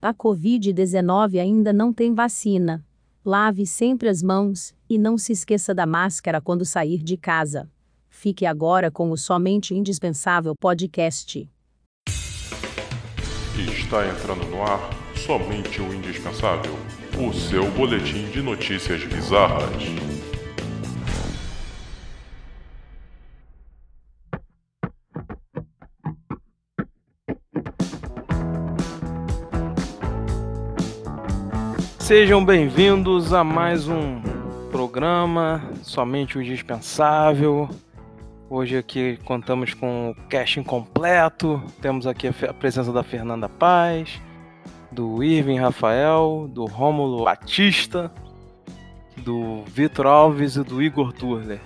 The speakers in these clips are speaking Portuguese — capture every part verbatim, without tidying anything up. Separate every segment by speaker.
Speaker 1: A covid dezenove ainda não tem vacina. Lave sempre as mãos e não se esqueça da máscara quando sair de casa. Fique agora com o Somente Indispensável Podcast.
Speaker 2: Está entrando no ar Somente o Indispensável, o seu boletim de notícias bizarras.
Speaker 3: Sejam bem-vindos a mais um programa Somente o Indispensável. Hoje aqui contamos com o casting completo. Temos aqui a presença da Fernanda Paz, do Irving Rafael, do Rômulo Batista, do Vitor Alves e do Igor Turler.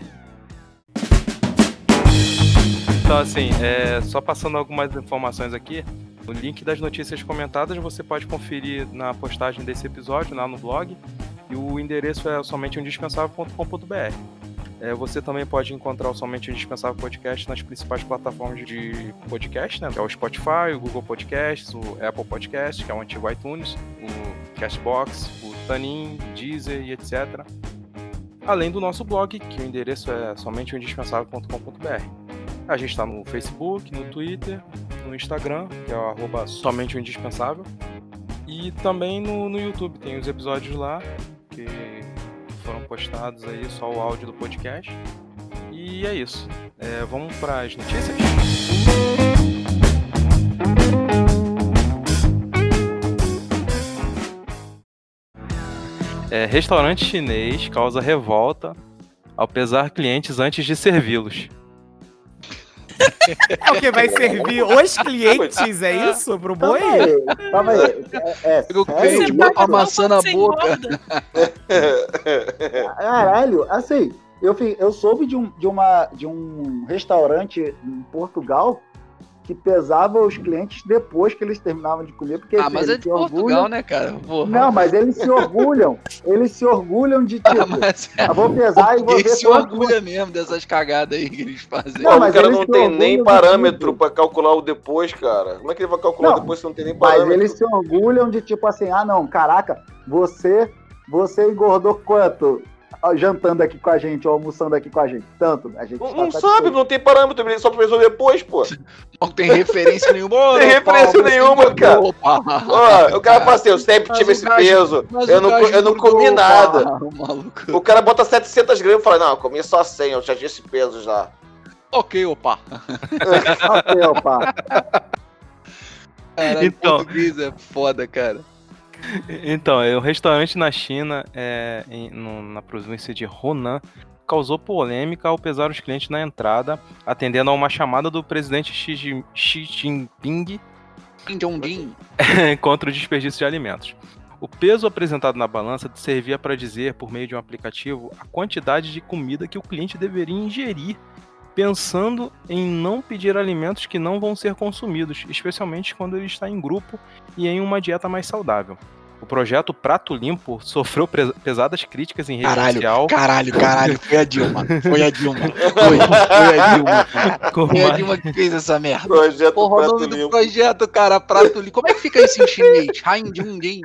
Speaker 3: Então assim, é, só passando algumas informações aqui. O link das notícias comentadas você pode conferir na postagem desse episódio, lá no blog. E o endereço é somente indispensável ponto com ponto b r. É, você também pode encontrar o Somente Indispensável Podcast nas principais plataformas de podcast, né? Que é o Spotify, o Google Podcasts, o Apple Podcasts, que é o antigo iTunes, o Castbox, o Tanin, Deezer e etcétera. Além do nosso blog, que o endereço é somente indispensável ponto com ponto b r. A gente está no Facebook, no Twitter, no Instagram, que é o arroba somente o indispensável. E também no, no YouTube, tem os episódios lá, que foram postados aí, só o áudio do podcast. E é isso. É, vamos para as notícias? É, restaurante chinês causa revolta ao pesar clientes antes de servi-los.
Speaker 4: É o que vai servir os clientes, é isso? Pro boi?
Speaker 5: Calma aí, é, é
Speaker 6: o cliente bota a maçã na boca.
Speaker 5: Caralho, assim, eu, eu soube de um, de, uma, de um restaurante em Portugal que pesava os clientes depois que eles terminavam de comer, porque
Speaker 6: ah,
Speaker 5: assim,
Speaker 6: mas é de Portugal,
Speaker 5: orgulham...
Speaker 6: né, cara? Porra.
Speaker 5: Não, mas eles se orgulham, eles se orgulham de tipo,
Speaker 6: ah, mas é...
Speaker 5: eu vou pesar e vou ver...
Speaker 6: Eles se orgulham mesmo dessas cagadas aí que eles fazem.
Speaker 7: Não, mas o cara não tem nem parâmetro pra calcular o depois, cara. Como é que ele vai calcular
Speaker 5: não,
Speaker 7: depois se não tem nem parâmetro?
Speaker 5: Mas eles se orgulham de tipo assim, ah não, caraca, você, você engordou quanto? Jantando aqui com a gente, ou almoçando aqui com a gente. Tanto, a gente
Speaker 7: Não, não sabe, não tem parâmetro, ele só pensou depois, pô.
Speaker 6: Não tem referência nenhuma.
Speaker 7: Não tem referência nenhuma, cara. Ó, o cara fala assim, eu sempre tive esse peso, eu não, eu não comi nada. O cara bota setecentos gramas e fala, não, eu comi só cem, eu já tinha esse peso já.
Speaker 6: Ok, opa.
Speaker 5: Ok, opa.
Speaker 6: Cara, então... português é foda, cara.
Speaker 3: Então, o restaurante na China, é, em, no, na província de Hunan, causou polêmica ao pesar os clientes na entrada, atendendo a uma chamada do presidente Xi, Xi Jinping contra o desperdício de alimentos. O peso apresentado na balança servia para dizer, por meio de um aplicativo, a quantidade de comida que o cliente deveria ingerir, pensando em não pedir alimentos que não vão ser consumidos, especialmente quando ele está em grupo e em uma dieta mais saudável. O projeto Prato Limpo sofreu pesadas críticas em rede
Speaker 6: caralho,
Speaker 3: social.
Speaker 6: Caralho, caralho, foi a Dilma. Foi a Dilma. Foi, foi a Dilma. Cara. Foi a Dilma que fez essa merda.
Speaker 7: Projeto
Speaker 6: Porra,
Speaker 7: Prato
Speaker 6: o nome
Speaker 7: Limpo.
Speaker 6: do projeto, cara, Prato Limpo. Como é que fica isso em chinês? Hain Jun Ding.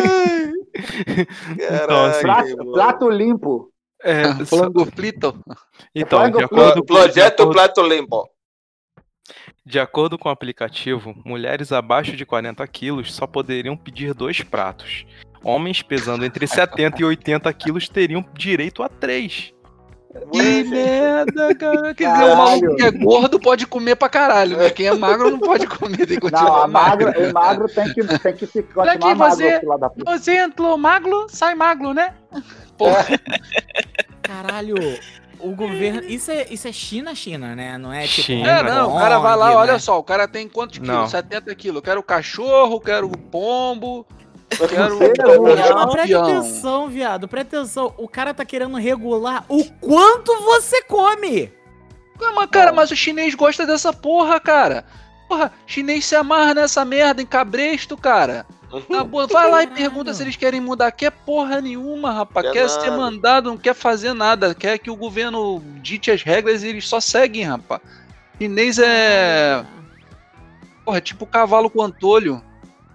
Speaker 3: Então, assim,
Speaker 5: prato, prato limpo.
Speaker 3: É,
Speaker 6: Flango frito.
Speaker 3: Então,
Speaker 5: é
Speaker 3: de acordo,
Speaker 7: Projeto
Speaker 3: de acordo,
Speaker 7: Prato Limpo.
Speaker 3: De acordo com o aplicativo, mulheres abaixo de quarenta quilos só poderiam pedir dois pratos. Homens pesando entre setenta e oitenta quilos teriam direito a três.
Speaker 6: Que merda, cara. Quer dizer, o maluco que é gordo pode comer pra caralho, né? Quem é magro não pode comer, tem que continuar
Speaker 5: não, a magro.
Speaker 6: magro.
Speaker 5: O magro tem que, tem que ficar,
Speaker 4: Olha
Speaker 5: continuar
Speaker 4: aqui,
Speaker 5: magro.
Speaker 4: você,
Speaker 5: lá da puta.
Speaker 4: você entrou magro, sai magro, né?
Speaker 6: Porra.
Speaker 4: Caralho, o governo... Isso é, isso é China, China, né? Não é tipo...
Speaker 3: China.
Speaker 6: É, não, o cara vai lá,
Speaker 4: né?
Speaker 6: olha só, o cara tem quantos
Speaker 3: Não.
Speaker 6: quilos? setenta quilos. Eu quero quero quero pombo, quero
Speaker 4: Não, presta
Speaker 6: escorpião.
Speaker 4: atenção, viado, presta atenção. O cara tá querendo regular o quanto você come.
Speaker 6: Ah, mas, cara, mas o chinês gosta dessa porra, cara. Porra, chinês se amarra nessa merda, em cabresto, cara. Tá bom, vai lá e pergunta se eles querem mudar. Quer porra nenhuma, rapaz.
Speaker 7: Quer
Speaker 6: Quer,
Speaker 7: nada.
Speaker 6: ser mandado, não quer fazer nada. Quer que o governo dite as regras e eles só seguem, rapaz. Chinês é... Porra, é tipo cavalo com antolho.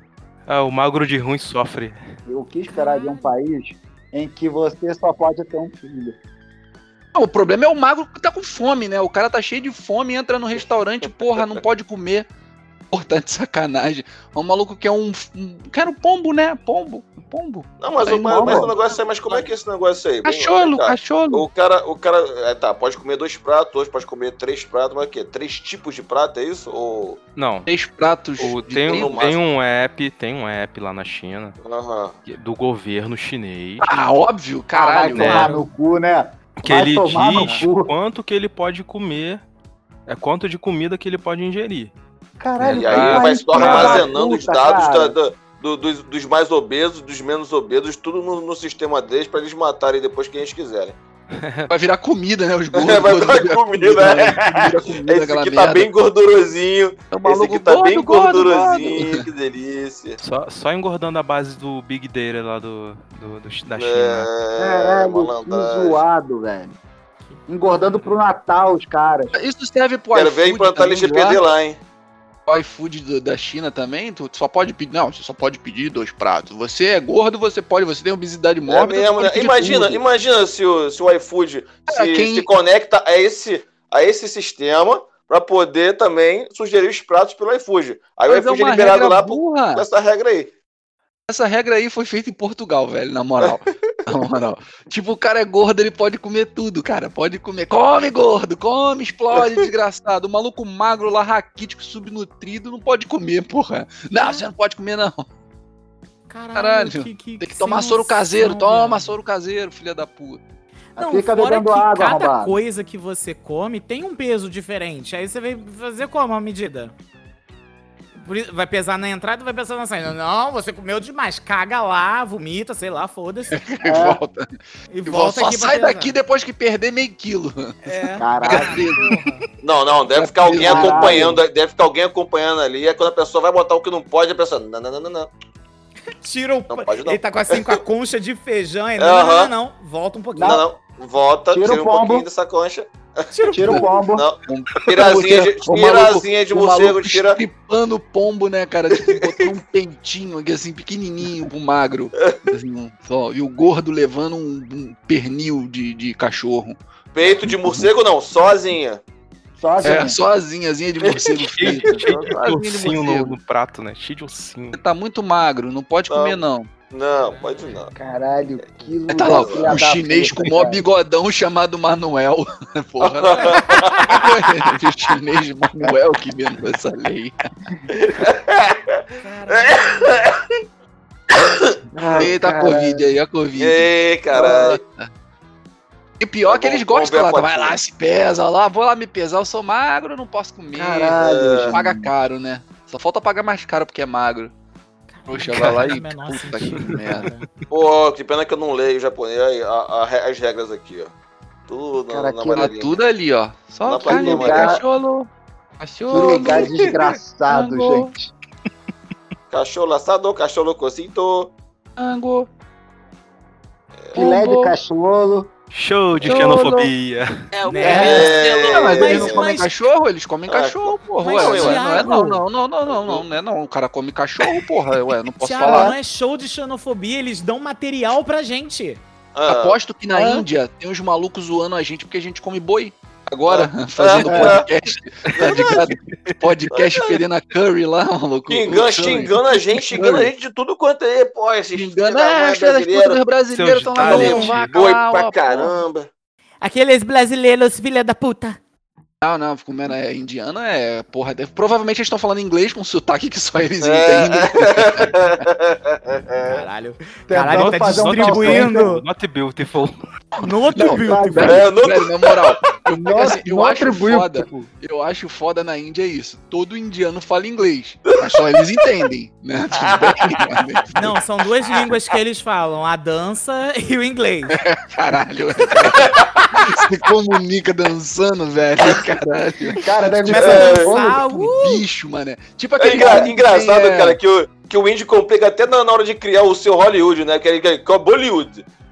Speaker 3: Ah, o magro de ruim sofre.
Speaker 5: O que esperar de um país em que você só pode ter um filho?
Speaker 6: Não, o problema é o magro que tá com fome, né? O cara tá cheio de fome, entra no restaurante, porra, não pode comer. Importante sacanagem. É um maluco que é um. um quer um pombo, né? Pombo. Pombo.
Speaker 7: Não, mas,
Speaker 6: Aí,
Speaker 7: o, mas, mas o negócio é, mas como é que é esse negócio aí?
Speaker 6: Cachorro,
Speaker 7: Bem,
Speaker 6: cachorro.
Speaker 7: O cara, o cara, é, tá, pode comer dois pratos, hoje pode comer três pratos, mas o quê? Três tipos de prato, é isso? Ou...
Speaker 3: Não.
Speaker 6: Três pratos.
Speaker 3: O,
Speaker 6: de
Speaker 3: tem,
Speaker 6: trigo.
Speaker 3: um, tem um app, tem um app lá na China,
Speaker 7: Aham.
Speaker 3: do governo chinês,
Speaker 6: Ah, óbvio, caralho.
Speaker 5: Vai
Speaker 3: né?
Speaker 5: tomar no cu, né?
Speaker 3: que
Speaker 5: Vai
Speaker 3: ele
Speaker 5: tomar no
Speaker 3: diz
Speaker 5: cu.
Speaker 3: quanto que ele pode comer, é quanto de comida que ele pode ingerir.
Speaker 5: Caralho,
Speaker 7: E aí
Speaker 3: Ah,
Speaker 7: vai só
Speaker 5: filho da
Speaker 7: armazenando os
Speaker 5: puta,
Speaker 7: dados
Speaker 5: cara.
Speaker 7: da- da- do- dos, dos mais obesos, dos menos obesos, tudo no, no sistema deles pra eles matarem depois quem eles quiserem.
Speaker 6: Vai virar comida, né? Os gordos.
Speaker 7: É, vai
Speaker 6: gordos
Speaker 7: virar comida,
Speaker 6: né?
Speaker 7: é.
Speaker 6: Vira comida,
Speaker 7: Esse
Speaker 6: aquela
Speaker 7: aqui tá
Speaker 6: merda.
Speaker 7: bem gordurosinho.
Speaker 6: É um
Speaker 7: Esse
Speaker 6: maluco
Speaker 7: aqui tá
Speaker 6: gordo,
Speaker 7: bem
Speaker 6: gordo,
Speaker 7: gordurosinho, que delícia.
Speaker 3: Só, só engordando a base do Big Data lá do, do, do- da China.
Speaker 7: É,
Speaker 5: Caralho, que
Speaker 7: malandragem.
Speaker 5: zoado, velho. Engordando pro Natal, os caras.
Speaker 6: Isso serve pro
Speaker 7: Quero ver
Speaker 6: iFood
Speaker 7: implantar
Speaker 6: também,
Speaker 7: L G P D
Speaker 6: lá.
Speaker 7: lá, hein?
Speaker 6: O iFood do- da China também, tu só pode pedir. Não, você só pode pedir dois pratos. Você é gordo, você pode, você tem obesidade
Speaker 7: É
Speaker 6: mórbida.
Speaker 7: mesmo,
Speaker 6: você pode
Speaker 7: né?
Speaker 6: pedir
Speaker 7: Imagina,
Speaker 6: tudo.
Speaker 7: imagina se o, se o iFood
Speaker 6: Cara,
Speaker 7: se,
Speaker 6: quem-
Speaker 7: se conecta a esse, a esse sistema pra poder também sugerir os pratos pelo iFood. Aí o
Speaker 6: Mas é
Speaker 7: iFood é
Speaker 6: uma
Speaker 7: liberado
Speaker 6: regra
Speaker 7: lá por,
Speaker 6: burra.
Speaker 7: por essa regra aí.
Speaker 6: Essa regra aí foi feita em Portugal, velho, na moral. Na moral. Tipo, o cara é gordo, ele pode comer tudo, cara. Pode comer. Come, gordo, come, explode, desgraçado. O maluco magro lá, raquítico, subnutrido, não pode comer, porra. Não, você não pode comer, não.
Speaker 4: Caralho,
Speaker 6: Caralho,
Speaker 4: que, que,
Speaker 6: Tem que
Speaker 4: sem
Speaker 6: tomar soro
Speaker 4: noção,
Speaker 6: caseiro, toma
Speaker 4: viado.
Speaker 6: soro caseiro, filha da puta.
Speaker 4: Não,
Speaker 5: Fica
Speaker 4: fora
Speaker 5: bebendo
Speaker 4: que
Speaker 5: água,
Speaker 4: cada
Speaker 5: arrombado.
Speaker 4: coisa que você come tem um peso diferente. Aí você vai fazer como a medida? Por isso- vai pesar na entrada e vai pesar na saída. Não, você comeu demais. Caga lá, vomita, sei lá, foda-se.
Speaker 6: E volta.
Speaker 4: E
Speaker 6: E
Speaker 4: volta
Speaker 6: só
Speaker 4: aqui pra
Speaker 6: sai
Speaker 4: pesar.
Speaker 6: daqui depois que perder meio quilo.
Speaker 4: É.
Speaker 5: Caralho.
Speaker 7: Não, não, deve
Speaker 6: É
Speaker 7: ficar alguém
Speaker 5: Caralho.
Speaker 7: acompanhando, deve ficar alguém acompanhando ali. É quando a pessoa vai botar o que não pode, a pessoa, não, não, não, não, não.
Speaker 4: Tira o.
Speaker 7: Não pode não.
Speaker 4: Ele tá com assim com a concha de feijão. Ele, não,
Speaker 7: Aham.
Speaker 4: não, não, não. Volta um pouquinho.
Speaker 7: Não, não. Volta,
Speaker 5: Tira
Speaker 7: tira,
Speaker 5: o
Speaker 7: um
Speaker 5: pombo.
Speaker 7: pouquinho dessa concha.
Speaker 5: Tira o pombo.
Speaker 7: Não, tirazinha de,
Speaker 6: O
Speaker 7: tirazinha de
Speaker 6: o
Speaker 7: morcego,
Speaker 6: maluco
Speaker 7: tira.
Speaker 6: estripando o pombo, né, cara? Tipo, botou um peitinho aqui, assim, pequenininho pro magro. Assim, só, e o gordo levando um, um pernil de, de cachorro.
Speaker 7: Peito de morcego, não, sozinha.
Speaker 5: Sozinho.
Speaker 6: É, só asinha, asinha de morcego frito.
Speaker 3: Cheio de
Speaker 6: Só asinha de
Speaker 3: ossinho no,
Speaker 6: morcego.
Speaker 3: no prato, né? Cheio de ossinho.
Speaker 6: Você tá muito magro, não pode
Speaker 7: Não.
Speaker 6: comer, não.
Speaker 7: Não, pode não.
Speaker 5: Caralho, que lugar.
Speaker 6: Tá lá,
Speaker 5: filha
Speaker 6: um
Speaker 5: da
Speaker 6: chinês
Speaker 5: puta,
Speaker 6: com o maior
Speaker 5: cara.
Speaker 6: bigodão chamado Manuel. Porra. O chinês Manuel que inventou essa lei.
Speaker 5: Ai,
Speaker 6: Eita, a
Speaker 5: caralho.
Speaker 6: Covid aí, a Covid.
Speaker 7: Ei, caralho.
Speaker 6: E pior
Speaker 7: Tá
Speaker 6: que
Speaker 7: bom,
Speaker 6: eles
Speaker 7: vamos
Speaker 6: gostam
Speaker 7: ver a
Speaker 6: lá, vai
Speaker 7: fotinha.
Speaker 6: lá, se pesa, lá, vou lá me pesar, eu sou magro, eu não posso comer.
Speaker 5: Caralho,
Speaker 7: É.
Speaker 6: Paga caro, né? Só falta pagar mais caro porque é magro. Poxa, vai lá e
Speaker 4: Menor
Speaker 6: puta que
Speaker 4: sentido,
Speaker 6: merda.
Speaker 4: cara.
Speaker 7: Pô, que pena que eu não leio japonês. Aí, a- a- as regras aqui, ó. Tudo
Speaker 5: Cara,
Speaker 7: na, na
Speaker 5: que
Speaker 6: Tá
Speaker 7: amarelinha.
Speaker 6: tudo ali, ó. Só
Speaker 7: Dá pra
Speaker 6: carne,
Speaker 7: ir,
Speaker 5: lugar-
Speaker 6: cachorro,
Speaker 5: Que
Speaker 6: cachorro.
Speaker 5: lugar desgraçado,
Speaker 6: Tango.
Speaker 5: gente.
Speaker 7: Cachorro assado, cachorro cocinto.
Speaker 6: Tango.
Speaker 5: Filé de
Speaker 6: Pombo.
Speaker 5: cachorro.
Speaker 3: Show de
Speaker 6: Show,
Speaker 3: xenofobia.
Speaker 8: É o
Speaker 4: Né?
Speaker 7: É.
Speaker 6: Ah, mas,
Speaker 4: Mas-
Speaker 6: eles não comem
Speaker 4: mas-
Speaker 6: cachorro? Eles comem
Speaker 7: Ah,
Speaker 6: cachorro, porra.
Speaker 4: mas,
Speaker 6: Ué, ué, não é
Speaker 4: Thiago-
Speaker 6: não, não, não, não, não, não, não é não. O cara come cachorro, porra. Ué, não posso
Speaker 4: Thiago,
Speaker 6: falar.
Speaker 4: não é show de xenofobia, eles dão material pra gente.
Speaker 7: Ah,
Speaker 6: Aposto que na
Speaker 5: Ah.
Speaker 6: Índia tem uns malucos zoando a gente porque a gente come boi. Agora,
Speaker 7: Ah.
Speaker 6: fazendo
Speaker 7: Ah.
Speaker 6: podcast. Tá ligado? Podcast fedendo a curry lá, maluco.
Speaker 7: que engana,
Speaker 6: O curry.
Speaker 7: xingando a gente, xingando a gente de tudo quanto é. Pô, esses
Speaker 6: Xingando,
Speaker 7: filhos da
Speaker 6: ah,
Speaker 7: mãe
Speaker 6: os filhos das putas
Speaker 7: brasileiros.
Speaker 6: dos brasileiros estão lá
Speaker 3: Seus
Speaker 6: dando
Speaker 3: talentos.
Speaker 6: vaca
Speaker 7: Boi
Speaker 6: lá,
Speaker 7: pra
Speaker 6: ó,
Speaker 7: caramba.
Speaker 4: Aqueles brasileiros, filha da puta.
Speaker 6: Não, não, comendo é indiano, é porra. deve- Provavelmente eles estão falando inglês com um sotaque que só eles
Speaker 7: É.
Speaker 6: entendem.
Speaker 4: Caralho.
Speaker 5: Tentando
Speaker 4: Caralho, tá
Speaker 5: fazer um
Speaker 4: distribuindo.
Speaker 3: Not beautiful.
Speaker 4: No outro
Speaker 6: Não,
Speaker 4: beautiful.
Speaker 6: Velho,
Speaker 7: É, não-
Speaker 6: velho, na moral, eu,
Speaker 5: Não-
Speaker 6: assim, eu
Speaker 5: não
Speaker 6: acho
Speaker 5: atribuiu,
Speaker 6: foda.
Speaker 5: tipo.
Speaker 6: Eu acho foda na Índia isso. Todo indiano fala inglês, mas só eles entendem, né? Tudo bem, mas-
Speaker 4: Não, são duas línguas que eles falam, a dança e o inglês.
Speaker 6: Caralho, velho. Se comunica dançando, velho. Caralho.
Speaker 5: Cara, deve
Speaker 4: Começa
Speaker 5: ser
Speaker 4: a
Speaker 5: um
Speaker 4: dançar,
Speaker 5: bolo.
Speaker 4: uh,
Speaker 6: Bicho, mané. Tipo
Speaker 7: É
Speaker 6: aquele
Speaker 7: engra-
Speaker 6: cara que
Speaker 7: engraçado,
Speaker 6: tem, é,
Speaker 7: cara, que o, que o indie complica até na, na hora de criar o seu Hollywood, né? Que é, que é Bollywood.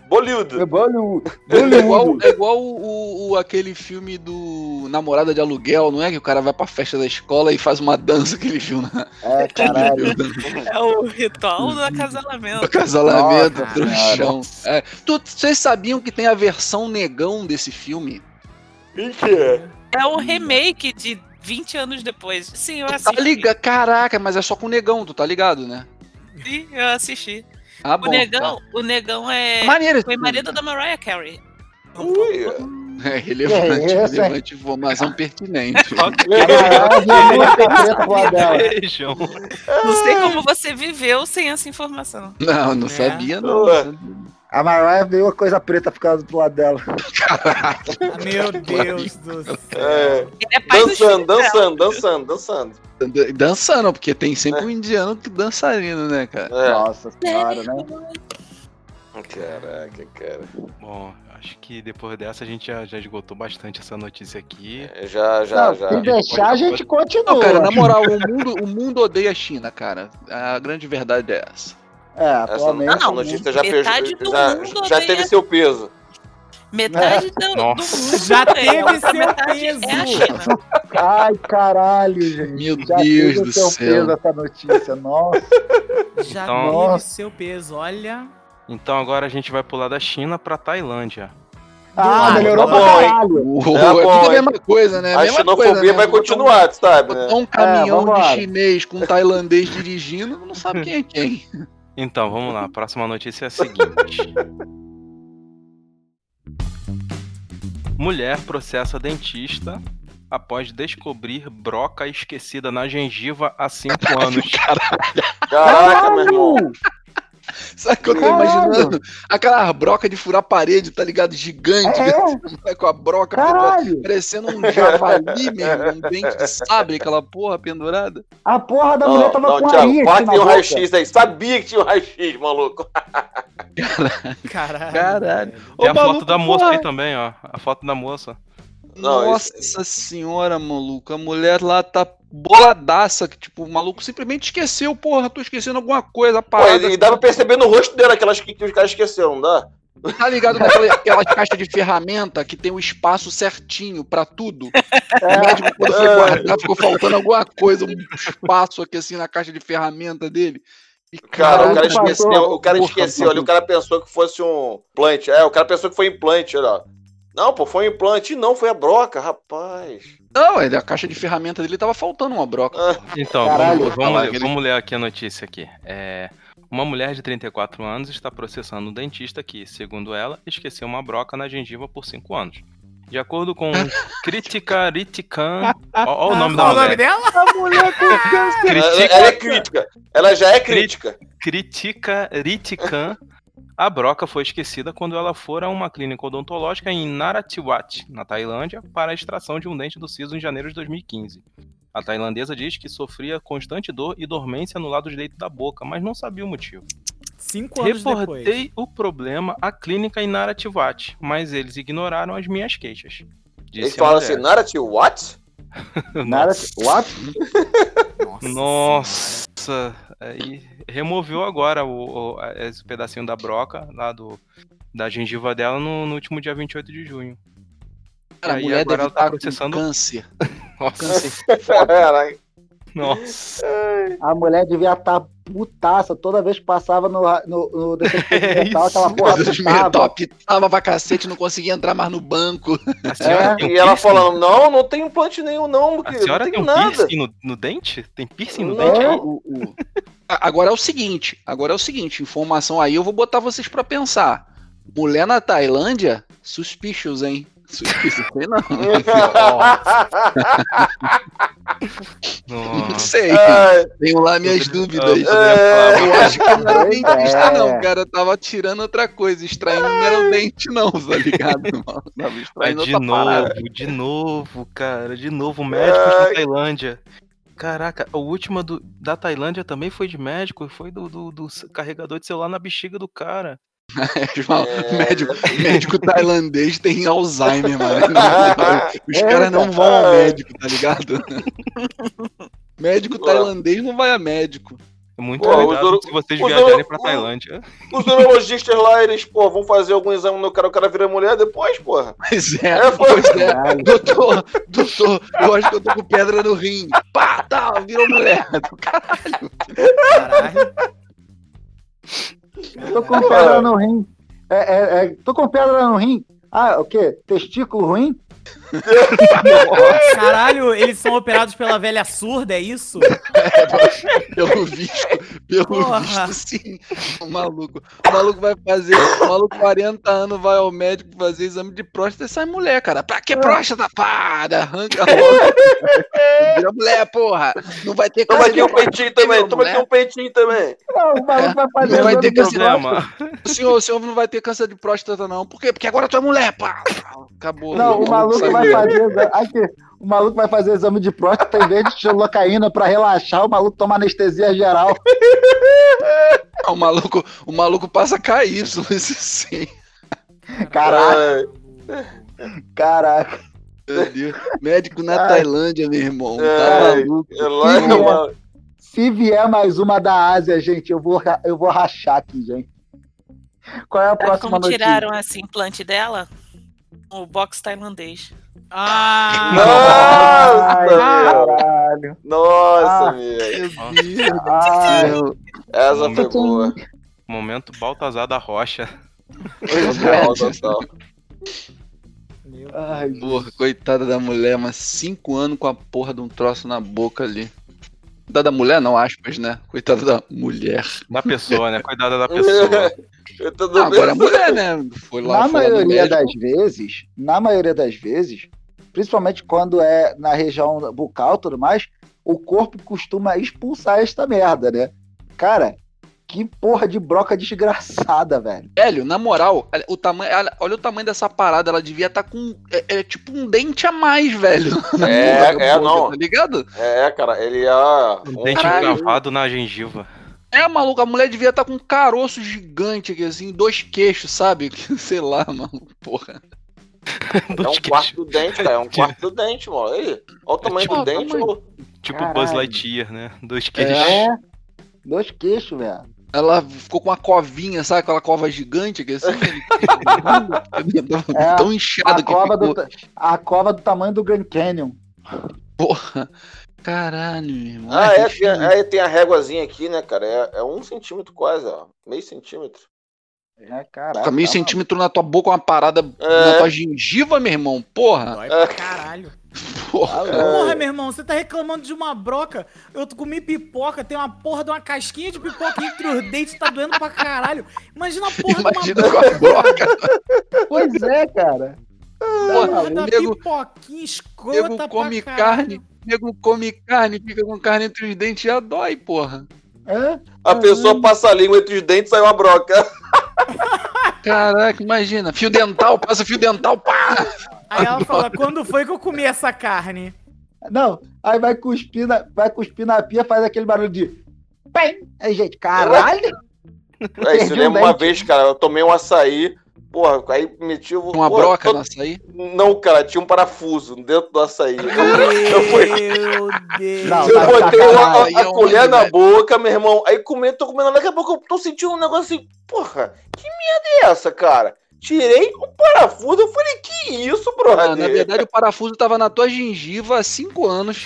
Speaker 7: Bollywood.
Speaker 5: É Bollywood.
Speaker 6: É igual, é igual o, o- aquele filme do Namorada de Aluguel, não é? Que o cara vai pra festa da escola e faz uma dança que ele viu na
Speaker 5: É, caralho.
Speaker 8: É o ritual do acasalamento.
Speaker 6: no casalamento,
Speaker 5: Nossa
Speaker 6: trouxão. É. Tu- Vocês sabiam que tem a versão negão desse filme?
Speaker 7: Mentira.
Speaker 8: É um remake de vinte anos depois. Sim, eu
Speaker 6: Tu
Speaker 8: assisti.
Speaker 6: tá ligado? Caraca, mas é só com negão, tu tá ligado, né?
Speaker 8: Sim, eu assisti.
Speaker 6: Ah,
Speaker 8: O
Speaker 6: bom.
Speaker 8: negão,
Speaker 6: tá.
Speaker 8: o negão é.
Speaker 6: Maneiro esse
Speaker 8: Foi
Speaker 6: filme,
Speaker 8: marido
Speaker 6: tá?
Speaker 8: da Mariah Carey.
Speaker 7: Ui.
Speaker 6: É relevante,
Speaker 5: Que isso,
Speaker 6: relevante, informação pertinente.
Speaker 5: Caralho, música preta pro lado dela.
Speaker 3: Vejam.
Speaker 8: Não sei como você viveu sem essa informação.
Speaker 6: Não, não
Speaker 4: É.
Speaker 6: sabia, não.
Speaker 7: Ué.
Speaker 5: A Mariah veio a coisa preta ficar do lado dela.
Speaker 6: Caraca.
Speaker 4: Meu Deus do céu.
Speaker 7: É.
Speaker 8: Ele é pai dos filhos
Speaker 7: Dançando,
Speaker 8: dela.
Speaker 7: dançando, dançando, dançando.
Speaker 6: Dan- Dançando, porque tem sempre um indiano que dançarino, né, cara?
Speaker 7: É.
Speaker 5: Nossa senhora, né?
Speaker 7: Caraca, cara.
Speaker 3: Bom, acho que depois dessa a gente já, já esgotou bastante essa notícia aqui.
Speaker 7: É, Já, já,
Speaker 5: Não,
Speaker 7: já.
Speaker 5: se deixar, a gente continua.
Speaker 6: Não, cara, na moral, o mundo, o mundo odeia a China, cara. A grande verdade é essa.
Speaker 5: É,
Speaker 7: Essa
Speaker 5: atualmente.
Speaker 7: não, a notícia já,
Speaker 8: Metade
Speaker 7: pegou-
Speaker 8: do
Speaker 7: já,
Speaker 8: mundo
Speaker 7: já
Speaker 8: odeia-
Speaker 7: teve seu peso.
Speaker 8: Metade do, do
Speaker 3: Nossa.
Speaker 8: mundo
Speaker 4: Já
Speaker 8: odeia,
Speaker 4: teve
Speaker 8: outra
Speaker 4: seu
Speaker 8: metade
Speaker 4: peso.
Speaker 8: É a China.
Speaker 5: Ai, caralho, gente.
Speaker 6: Meu
Speaker 5: Já
Speaker 6: Deus
Speaker 5: teve
Speaker 6: do
Speaker 5: o seu
Speaker 6: céu.
Speaker 5: peso essa notícia. Nossa.
Speaker 4: Já
Speaker 3: Então-
Speaker 4: teve
Speaker 5: Nossa.
Speaker 4: seu peso, olha.
Speaker 3: Então agora a gente vai pular da China pra Tailândia.
Speaker 5: Ah,
Speaker 4: lado.
Speaker 5: melhorou
Speaker 7: Tá
Speaker 5: pra
Speaker 7: bom, hein?
Speaker 5: caralho.
Speaker 6: Uh,
Speaker 7: É
Speaker 6: é
Speaker 7: bom,
Speaker 6: tudo a
Speaker 7: hein?
Speaker 6: mesma coisa, né?
Speaker 7: A
Speaker 6: Mesma
Speaker 7: xenofobia
Speaker 6: coisa, né?
Speaker 7: vai
Speaker 6: Botar um-
Speaker 7: continuar, tu sabe,
Speaker 6: Botar
Speaker 7: né?
Speaker 6: um caminhão
Speaker 5: vambora.
Speaker 6: de chinês com um tailandês dirigindo, não sabe quem é quem.
Speaker 3: Então, vamos lá. A próxima notícia é a seguinte. Mulher processa dentista após descobrir broca esquecida na gengiva há cinco anos.
Speaker 7: Caraca, meu irmão.
Speaker 6: Sabe o que eu tô
Speaker 5: Caralho.
Speaker 6: imaginando? Aquela broca de furar parede, tá ligado? Gigante,
Speaker 5: É,
Speaker 6: com a broca
Speaker 5: caralho.
Speaker 6: parecendo um javali mesmo, um dente de sabre, aquela porra pendurada.
Speaker 5: A porra da
Speaker 7: Não,
Speaker 5: mulher tava
Speaker 7: não,
Speaker 5: com a
Speaker 7: Thiago,
Speaker 5: rinha
Speaker 7: corta
Speaker 5: na
Speaker 7: tem um
Speaker 5: boca.
Speaker 7: raio-x aí. Sabia que tinha um raio-x, maluco.
Speaker 4: Caralho.
Speaker 6: Caralho.
Speaker 4: velho.
Speaker 3: Tem
Speaker 6: Ô,
Speaker 3: a foto
Speaker 6: maluco,
Speaker 3: da moça
Speaker 6: porra.
Speaker 3: aí também, ó. A foto da moça.
Speaker 7: Não,
Speaker 6: Nossa senhora, maluco. A mulher lá tá boladaça, que tipo, o maluco simplesmente esqueceu, porra, tô esquecendo alguma coisa, a
Speaker 7: Pô,
Speaker 6: parada.
Speaker 7: e dá pra perceber no rosto dela que, elas, que os caras esqueceram, não dá?
Speaker 6: Tá ligado naquela aquela caixa de ferramenta que tem o espaço certinho pra tudo? O médico, quando foi guardar, ficou faltando alguma coisa, um espaço aqui assim na caixa de ferramenta dele. E,
Speaker 7: Cara, o cara
Speaker 5: Passou.
Speaker 7: esqueceu, o cara
Speaker 6: Porra,
Speaker 7: esqueceu ali, o cara pensou que fosse um implante. É, o cara pensou que foi implante, olha lá. Não, pô, foi um implante. Não, foi a broca, rapaz.
Speaker 6: Não, ele, a caixa de ferramenta dele tava faltando uma broca.
Speaker 7: Ah.
Speaker 6: porra.
Speaker 3: Então,
Speaker 5: Caralho.
Speaker 3: vamos, vamos
Speaker 6: Fala,
Speaker 3: ler,
Speaker 6: aquele-
Speaker 3: vamos ler aqui a notícia aqui. É, uma mulher de trinta e quatro anos está processando um dentista que, segundo ela, esqueceu uma broca na gengiva por cinco anos. De acordo com Kritika Ritikan... Olha o nome da
Speaker 4: Qual o nome
Speaker 3: mulher.
Speaker 4: dela?
Speaker 5: A mulher com câncer.
Speaker 7: Ela,
Speaker 3: Kritika,
Speaker 7: ela é crítica. Ela já é crítica.
Speaker 3: Kritika Ritikan. A broca foi esquecida quando ela for a uma clínica odontológica em Narathiwat, na Tailândia, para a extração de um dente do siso em janeiro de dois mil e quinze. A tailandesa diz que sofria constante dor e dormência no lado direito da boca, mas não sabia o motivo.
Speaker 4: Cinco anos depois.
Speaker 3: Reportei o problema à clínica em Narathiwat, mas eles ignoraram as minhas queixas.
Speaker 7: Eles
Speaker 3: Disse a
Speaker 7: falam
Speaker 3: mulher.
Speaker 7: assim, Narati, what?
Speaker 5: Nada. What?
Speaker 3: Nossa, aí removeu agora o, o- esse pedacinho da broca lá do, da gengiva dela no, no último dia vinte e oito de junho.
Speaker 6: Cara, a
Speaker 3: aí
Speaker 6: mulher
Speaker 3: agora
Speaker 6: deve
Speaker 3: ela tá
Speaker 6: estar
Speaker 3: processando-
Speaker 6: com câncer.
Speaker 3: Nossa,
Speaker 6: Câncer foda.
Speaker 7: Caralho.
Speaker 3: nossa.
Speaker 5: A mulher devia estar putaça toda vez que passava no, no, no detetive
Speaker 3: É
Speaker 5: mental,
Speaker 3: isso.
Speaker 5: aquela porra
Speaker 6: Coisa de mental,
Speaker 5: putava.
Speaker 6: pitava pra cacete, não conseguia entrar mais no banco.
Speaker 3: A senhora
Speaker 5: É,
Speaker 3: tem um
Speaker 7: E ela
Speaker 3: piercing?
Speaker 7: falando, não, não tem implante nenhum, não,
Speaker 3: A
Speaker 7: querido, não
Speaker 3: senhora
Speaker 7: tem
Speaker 3: tem um
Speaker 7: nada.
Speaker 3: piercing no, no dente? Tem piercing no
Speaker 7: Não.
Speaker 3: dente? aí?
Speaker 6: O- o- A- Agora é o seguinte, agora é o seguinte, informação aí, eu vou botar vocês pra pensar. Mulher na Tailândia, suspicious, hein? Suspicious, sei não. Não
Speaker 3: Nossa.
Speaker 6: sei,
Speaker 7: Ai,
Speaker 6: tenho lá minhas
Speaker 3: Eu
Speaker 6: dúvidas.
Speaker 3: poderia falar,
Speaker 6: Eu acho que não era
Speaker 5: Pois
Speaker 6: dentista,
Speaker 5: é.
Speaker 6: não. O cara tava tirando outra coisa, extraindo não era o dente, não, tá ligado? Tava
Speaker 3: Mas
Speaker 6: extraindo
Speaker 3: de
Speaker 6: outra
Speaker 3: novo,
Speaker 6: parada.
Speaker 3: de novo, cara, de novo, médicos
Speaker 7: Ai.
Speaker 3: da Tailândia. Caraca, a última do- da Tailândia também foi de médico, foi do, do, do carregador de celular na bexiga do cara.
Speaker 6: Irmão,
Speaker 7: É.
Speaker 6: médico, médico tailandês tem Alzheimer, mano. Os
Speaker 5: É,
Speaker 6: caras não
Speaker 5: cara.
Speaker 6: vão ao médico, tá ligado? Médico tailandês não vai a médico.
Speaker 3: Muito
Speaker 7: Pô,
Speaker 3: cuidado
Speaker 7: os uro-
Speaker 3: se vocês
Speaker 7: os
Speaker 3: viajarem
Speaker 7: uro-
Speaker 3: pra Tailândia.
Speaker 7: Os urologistas lá, eles, pô, vão fazer algum exame no cara, o cara vira mulher depois, porra.
Speaker 6: Pois é,
Speaker 7: É, pô.
Speaker 6: pois é. Doutor, doutor, eu acho que eu tô com pedra no rim. Pá, tá, virou mulher. Caralho.
Speaker 4: Caralho.
Speaker 5: Tô com pedra no rim. É, é, é, tô com pedra no rim. Ah, o quê? Testículo ruim?
Speaker 4: Caralho, eles são operados pela velha surda, é isso?
Speaker 6: Pelo visto, pelo
Speaker 4: Porra.
Speaker 6: visto, sim. O maluco, o maluco vai fazer, o maluco quarenta anos vai ao médico fazer exame de próstata e sai mulher, cara. Pra que próstata? Pá, arranca logo. Vira mulher, porra. Não vai ter
Speaker 7: Toma
Speaker 6: câncer
Speaker 7: aqui um
Speaker 6: de próstata,
Speaker 7: peitinho também,
Speaker 6: virou
Speaker 7: toma aqui
Speaker 6: mulher.
Speaker 7: um peitinho também.
Speaker 5: Não, o maluco vai fazer
Speaker 6: Não vai
Speaker 5: exame
Speaker 6: ter
Speaker 5: de
Speaker 6: câncer de
Speaker 5: próstata.
Speaker 3: Problema.
Speaker 6: O senhor, o senhor não vai ter câncer de próstata, não. Por quê? Porque agora tu é mulher, pá. Acabou.
Speaker 5: Não, o maluco
Speaker 6: saiu.
Speaker 5: vai fazer. exa- Aqui, o maluco vai fazer exame de próstata em vez de xilocaína pra relaxar, o maluco toma anestesia geral.
Speaker 6: O maluco, o maluco passa K Y, isso sim.
Speaker 5: Caraca, caraca.
Speaker 6: Meu Deus. Médico na
Speaker 5: Ai.
Speaker 6: Tailândia, meu irmão. Tá
Speaker 7: Ai,
Speaker 6: maluco.
Speaker 7: é lá,
Speaker 5: Que
Speaker 7: é uma-
Speaker 5: Se vier mais uma da Ásia, gente, eu vou, ra- eu vou rachar aqui, gente. Qual é a
Speaker 8: Sabe
Speaker 5: próxima
Speaker 8: como
Speaker 5: notícia?
Speaker 8: tiraram esse implante dela? O box tailandês.
Speaker 4: Ah!
Speaker 5: Ai,
Speaker 7: Nossa, meu.
Speaker 5: caralho.
Speaker 7: Nossa,
Speaker 5: Ah.
Speaker 7: meu.
Speaker 6: Meu Deus do
Speaker 5: Ai,
Speaker 6: céu.
Speaker 7: Essa foi boa.
Speaker 3: Momento Baltazar da Rocha.
Speaker 7: Total, total.
Speaker 5: ai,
Speaker 6: Porra, coitada da mulher, mas cinco anos com a porra de um troço na boca ali. Coitada da mulher, não, aspas, né? Coitada da mulher.
Speaker 3: Da pessoa, né? Cuidado da pessoa.
Speaker 7: Eu tô
Speaker 6: Ah, agora é mulher, né? Foi lá,
Speaker 5: na
Speaker 6: foi lá no
Speaker 5: maioria
Speaker 6: médico.
Speaker 5: das vezes, na maioria das vezes, principalmente quando é na região bucal e tudo mais, o corpo costuma expulsar esta merda, né? Cara, que porra de broca desgraçada, velho.
Speaker 6: Velho, na moral, o tamanho, olha- olha o tamanho dessa parada, ela devia estar com. É, é tipo um dente a mais, velho. na
Speaker 7: É,
Speaker 6: porra da
Speaker 7: é,
Speaker 6: boca,
Speaker 7: não.
Speaker 6: Tá ligado?
Speaker 7: É, cara, ele ia.
Speaker 3: Um dente
Speaker 6: Caralho.
Speaker 3: cravado na gengiva.
Speaker 6: É, maluco, a mulher devia estar com um caroço gigante aqui, assim, dois queixos, sabe? Sei lá, mano, porra.
Speaker 7: É um quarto do dente, cara. É um quarto do dente, mano. Aí, olha o tamanho
Speaker 6: tipo,
Speaker 7: do
Speaker 6: o
Speaker 7: dente,
Speaker 6: tamanho.
Speaker 7: mano.
Speaker 3: Tipo
Speaker 5: Caralho.
Speaker 3: Buzz Lightyear, né? Dois queijos.
Speaker 5: É, dois queixos, velho.
Speaker 6: Ela ficou com uma covinha, sabe? Aquela cova gigante que assim.
Speaker 5: É,
Speaker 6: tão inchado
Speaker 5: A
Speaker 6: que
Speaker 5: cova,
Speaker 6: ficou.
Speaker 5: do, ta- a cova do tamanho do Grand Canyon.
Speaker 6: Porra. Caralho, meu irmão.
Speaker 7: Ah,
Speaker 6: Ai,
Speaker 7: é,
Speaker 6: que
Speaker 7: tem,
Speaker 6: filme.
Speaker 7: aí tem a réguazinha aqui, né, cara? É, é um centímetro quase, ó. Meio centímetro.
Speaker 5: É, caraca.
Speaker 6: Fica meio
Speaker 5: tá
Speaker 6: centímetro na tua boca, uma parada
Speaker 7: É.
Speaker 6: na tua gengiva, meu irmão. Porra.
Speaker 4: Dói pra caralho.
Speaker 6: Porra.
Speaker 5: maluco.
Speaker 4: Porra, meu irmão, você tá reclamando de uma broca. Eu comi pipoca, tem uma porra de uma casquinha de pipoca entre os dentes, tá doendo pra caralho. Imagina a porra
Speaker 6: Imagina
Speaker 4: de
Speaker 6: com
Speaker 4: uma
Speaker 6: a broca.
Speaker 5: Pois é, cara.
Speaker 6: Porra,
Speaker 4: porra da
Speaker 6: nego,
Speaker 4: pipoquinha escrota
Speaker 6: nego
Speaker 4: pra
Speaker 6: come
Speaker 4: caralho.
Speaker 6: carne. Nego come carne, fica com carne entre os dentes, já dói, porra.
Speaker 5: É?
Speaker 7: A pessoa passa a língua entre os dentes e sai uma broca.
Speaker 6: Caraca, imagina. Fio dental, passa fio dental, pá!
Speaker 4: Aí ela fala, quando foi que eu comi essa carne?
Speaker 5: Não, aí vai cuspir na, vai cuspir na pia, faz aquele barulho de pem. Aí, gente, caralho.
Speaker 7: É,
Speaker 5: Perdi
Speaker 7: isso
Speaker 5: um
Speaker 7: lembra uma
Speaker 5: dente.
Speaker 7: vez, cara, eu tomei um açaí, porra, aí meti o...
Speaker 6: Uma
Speaker 7: pô,
Speaker 6: broca
Speaker 7: tô-
Speaker 6: no açaí.
Speaker 7: Não, cara, tinha um parafuso dentro do açaí. Eu, fui-
Speaker 4: Meu Deus.
Speaker 5: Não,
Speaker 7: eu
Speaker 5: tá de
Speaker 7: botei a, a-
Speaker 6: Aí
Speaker 7: a
Speaker 6: é onde,
Speaker 7: colher na
Speaker 6: velho?
Speaker 7: boca, meu irmão, aí comendo, tô comendo, daqui a pouco eu tô sentindo um negócio assim, porra, que merda é essa, cara? Tirei o parafuso, eu falei, que isso, brother?
Speaker 6: Ah, na verdade, o parafuso tava na tua gengiva há cinco anos.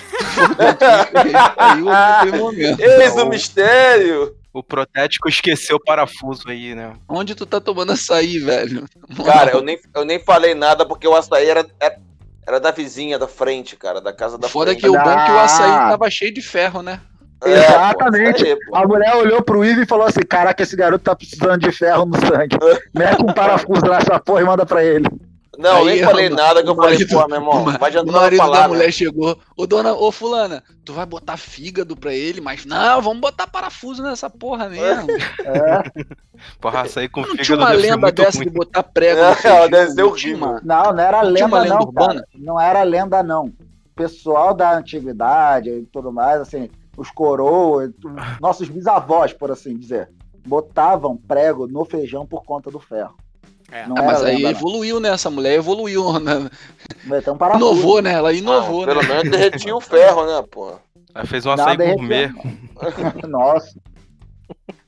Speaker 6: Caiu naquele momento.
Speaker 7: Eis o mistério.
Speaker 3: O protético esqueceu o parafuso aí, né?
Speaker 6: Onde tu tá tomando açaí, velho?
Speaker 7: Cara, eu nem, eu nem falei nada porque o açaí era, era, era da vizinha da frente, cara, da casa da
Speaker 6: Foda
Speaker 7: frente.
Speaker 6: que o bom é que o açaí
Speaker 5: Ah.
Speaker 6: tava cheio de ferro, né?
Speaker 7: É,
Speaker 5: Exatamente.
Speaker 7: pô, isso aí, pô.
Speaker 5: A mulher olhou pro Ivo e falou assim: caraca, esse garoto tá precisando de ferro no sangue. Mete um parafuso nessa porra e manda pra ele.
Speaker 7: Não, eu
Speaker 6: Aí,
Speaker 7: nem falei
Speaker 6: o-
Speaker 7: nada que eu
Speaker 6: o
Speaker 7: falei,
Speaker 6: marido-
Speaker 7: pô, meu irmão,
Speaker 6: o ma-
Speaker 7: vai
Speaker 6: O
Speaker 7: adiantando a
Speaker 6: marido da
Speaker 7: palavra.
Speaker 6: mulher chegou, ô dona, ô fulana, tu vai botar fígado pra ele, mas não, vamos botar parafuso nessa porra mesmo.
Speaker 5: É.
Speaker 3: Porra, açaí com
Speaker 6: Não tinha
Speaker 3: fígado
Speaker 6: uma
Speaker 3: deve ser
Speaker 6: lenda
Speaker 3: muito
Speaker 6: dessa
Speaker 3: ruim.
Speaker 6: de botar prego
Speaker 7: É,
Speaker 6: no feijão,
Speaker 7: ela deve ser
Speaker 6: não tinha
Speaker 7: horrível.
Speaker 6: uma-
Speaker 5: Não, não era
Speaker 6: Tinha
Speaker 5: lenda,
Speaker 6: uma lenda
Speaker 5: não,
Speaker 6: urbana?
Speaker 5: cara. Não era lenda, não. O pessoal da antiguidade e tudo mais, assim, os coroas, os nossos bisavós, por assim dizer, botavam prego no feijão por conta do ferro.
Speaker 4: É.
Speaker 5: Não
Speaker 6: Ah,
Speaker 5: era
Speaker 6: mas aí
Speaker 5: lenda,
Speaker 6: evoluiu, né? Essa mulher evoluiu, né?
Speaker 5: não. Então, parafuso.
Speaker 6: Inovou, né? Ela inovou,
Speaker 7: Ah,
Speaker 6: né?
Speaker 7: pelo menos derretia o ferro, né, pô?
Speaker 3: Aí fez um
Speaker 5: Não,
Speaker 3: açaí
Speaker 5: derreteu.
Speaker 3: gourmet.
Speaker 5: Nossa.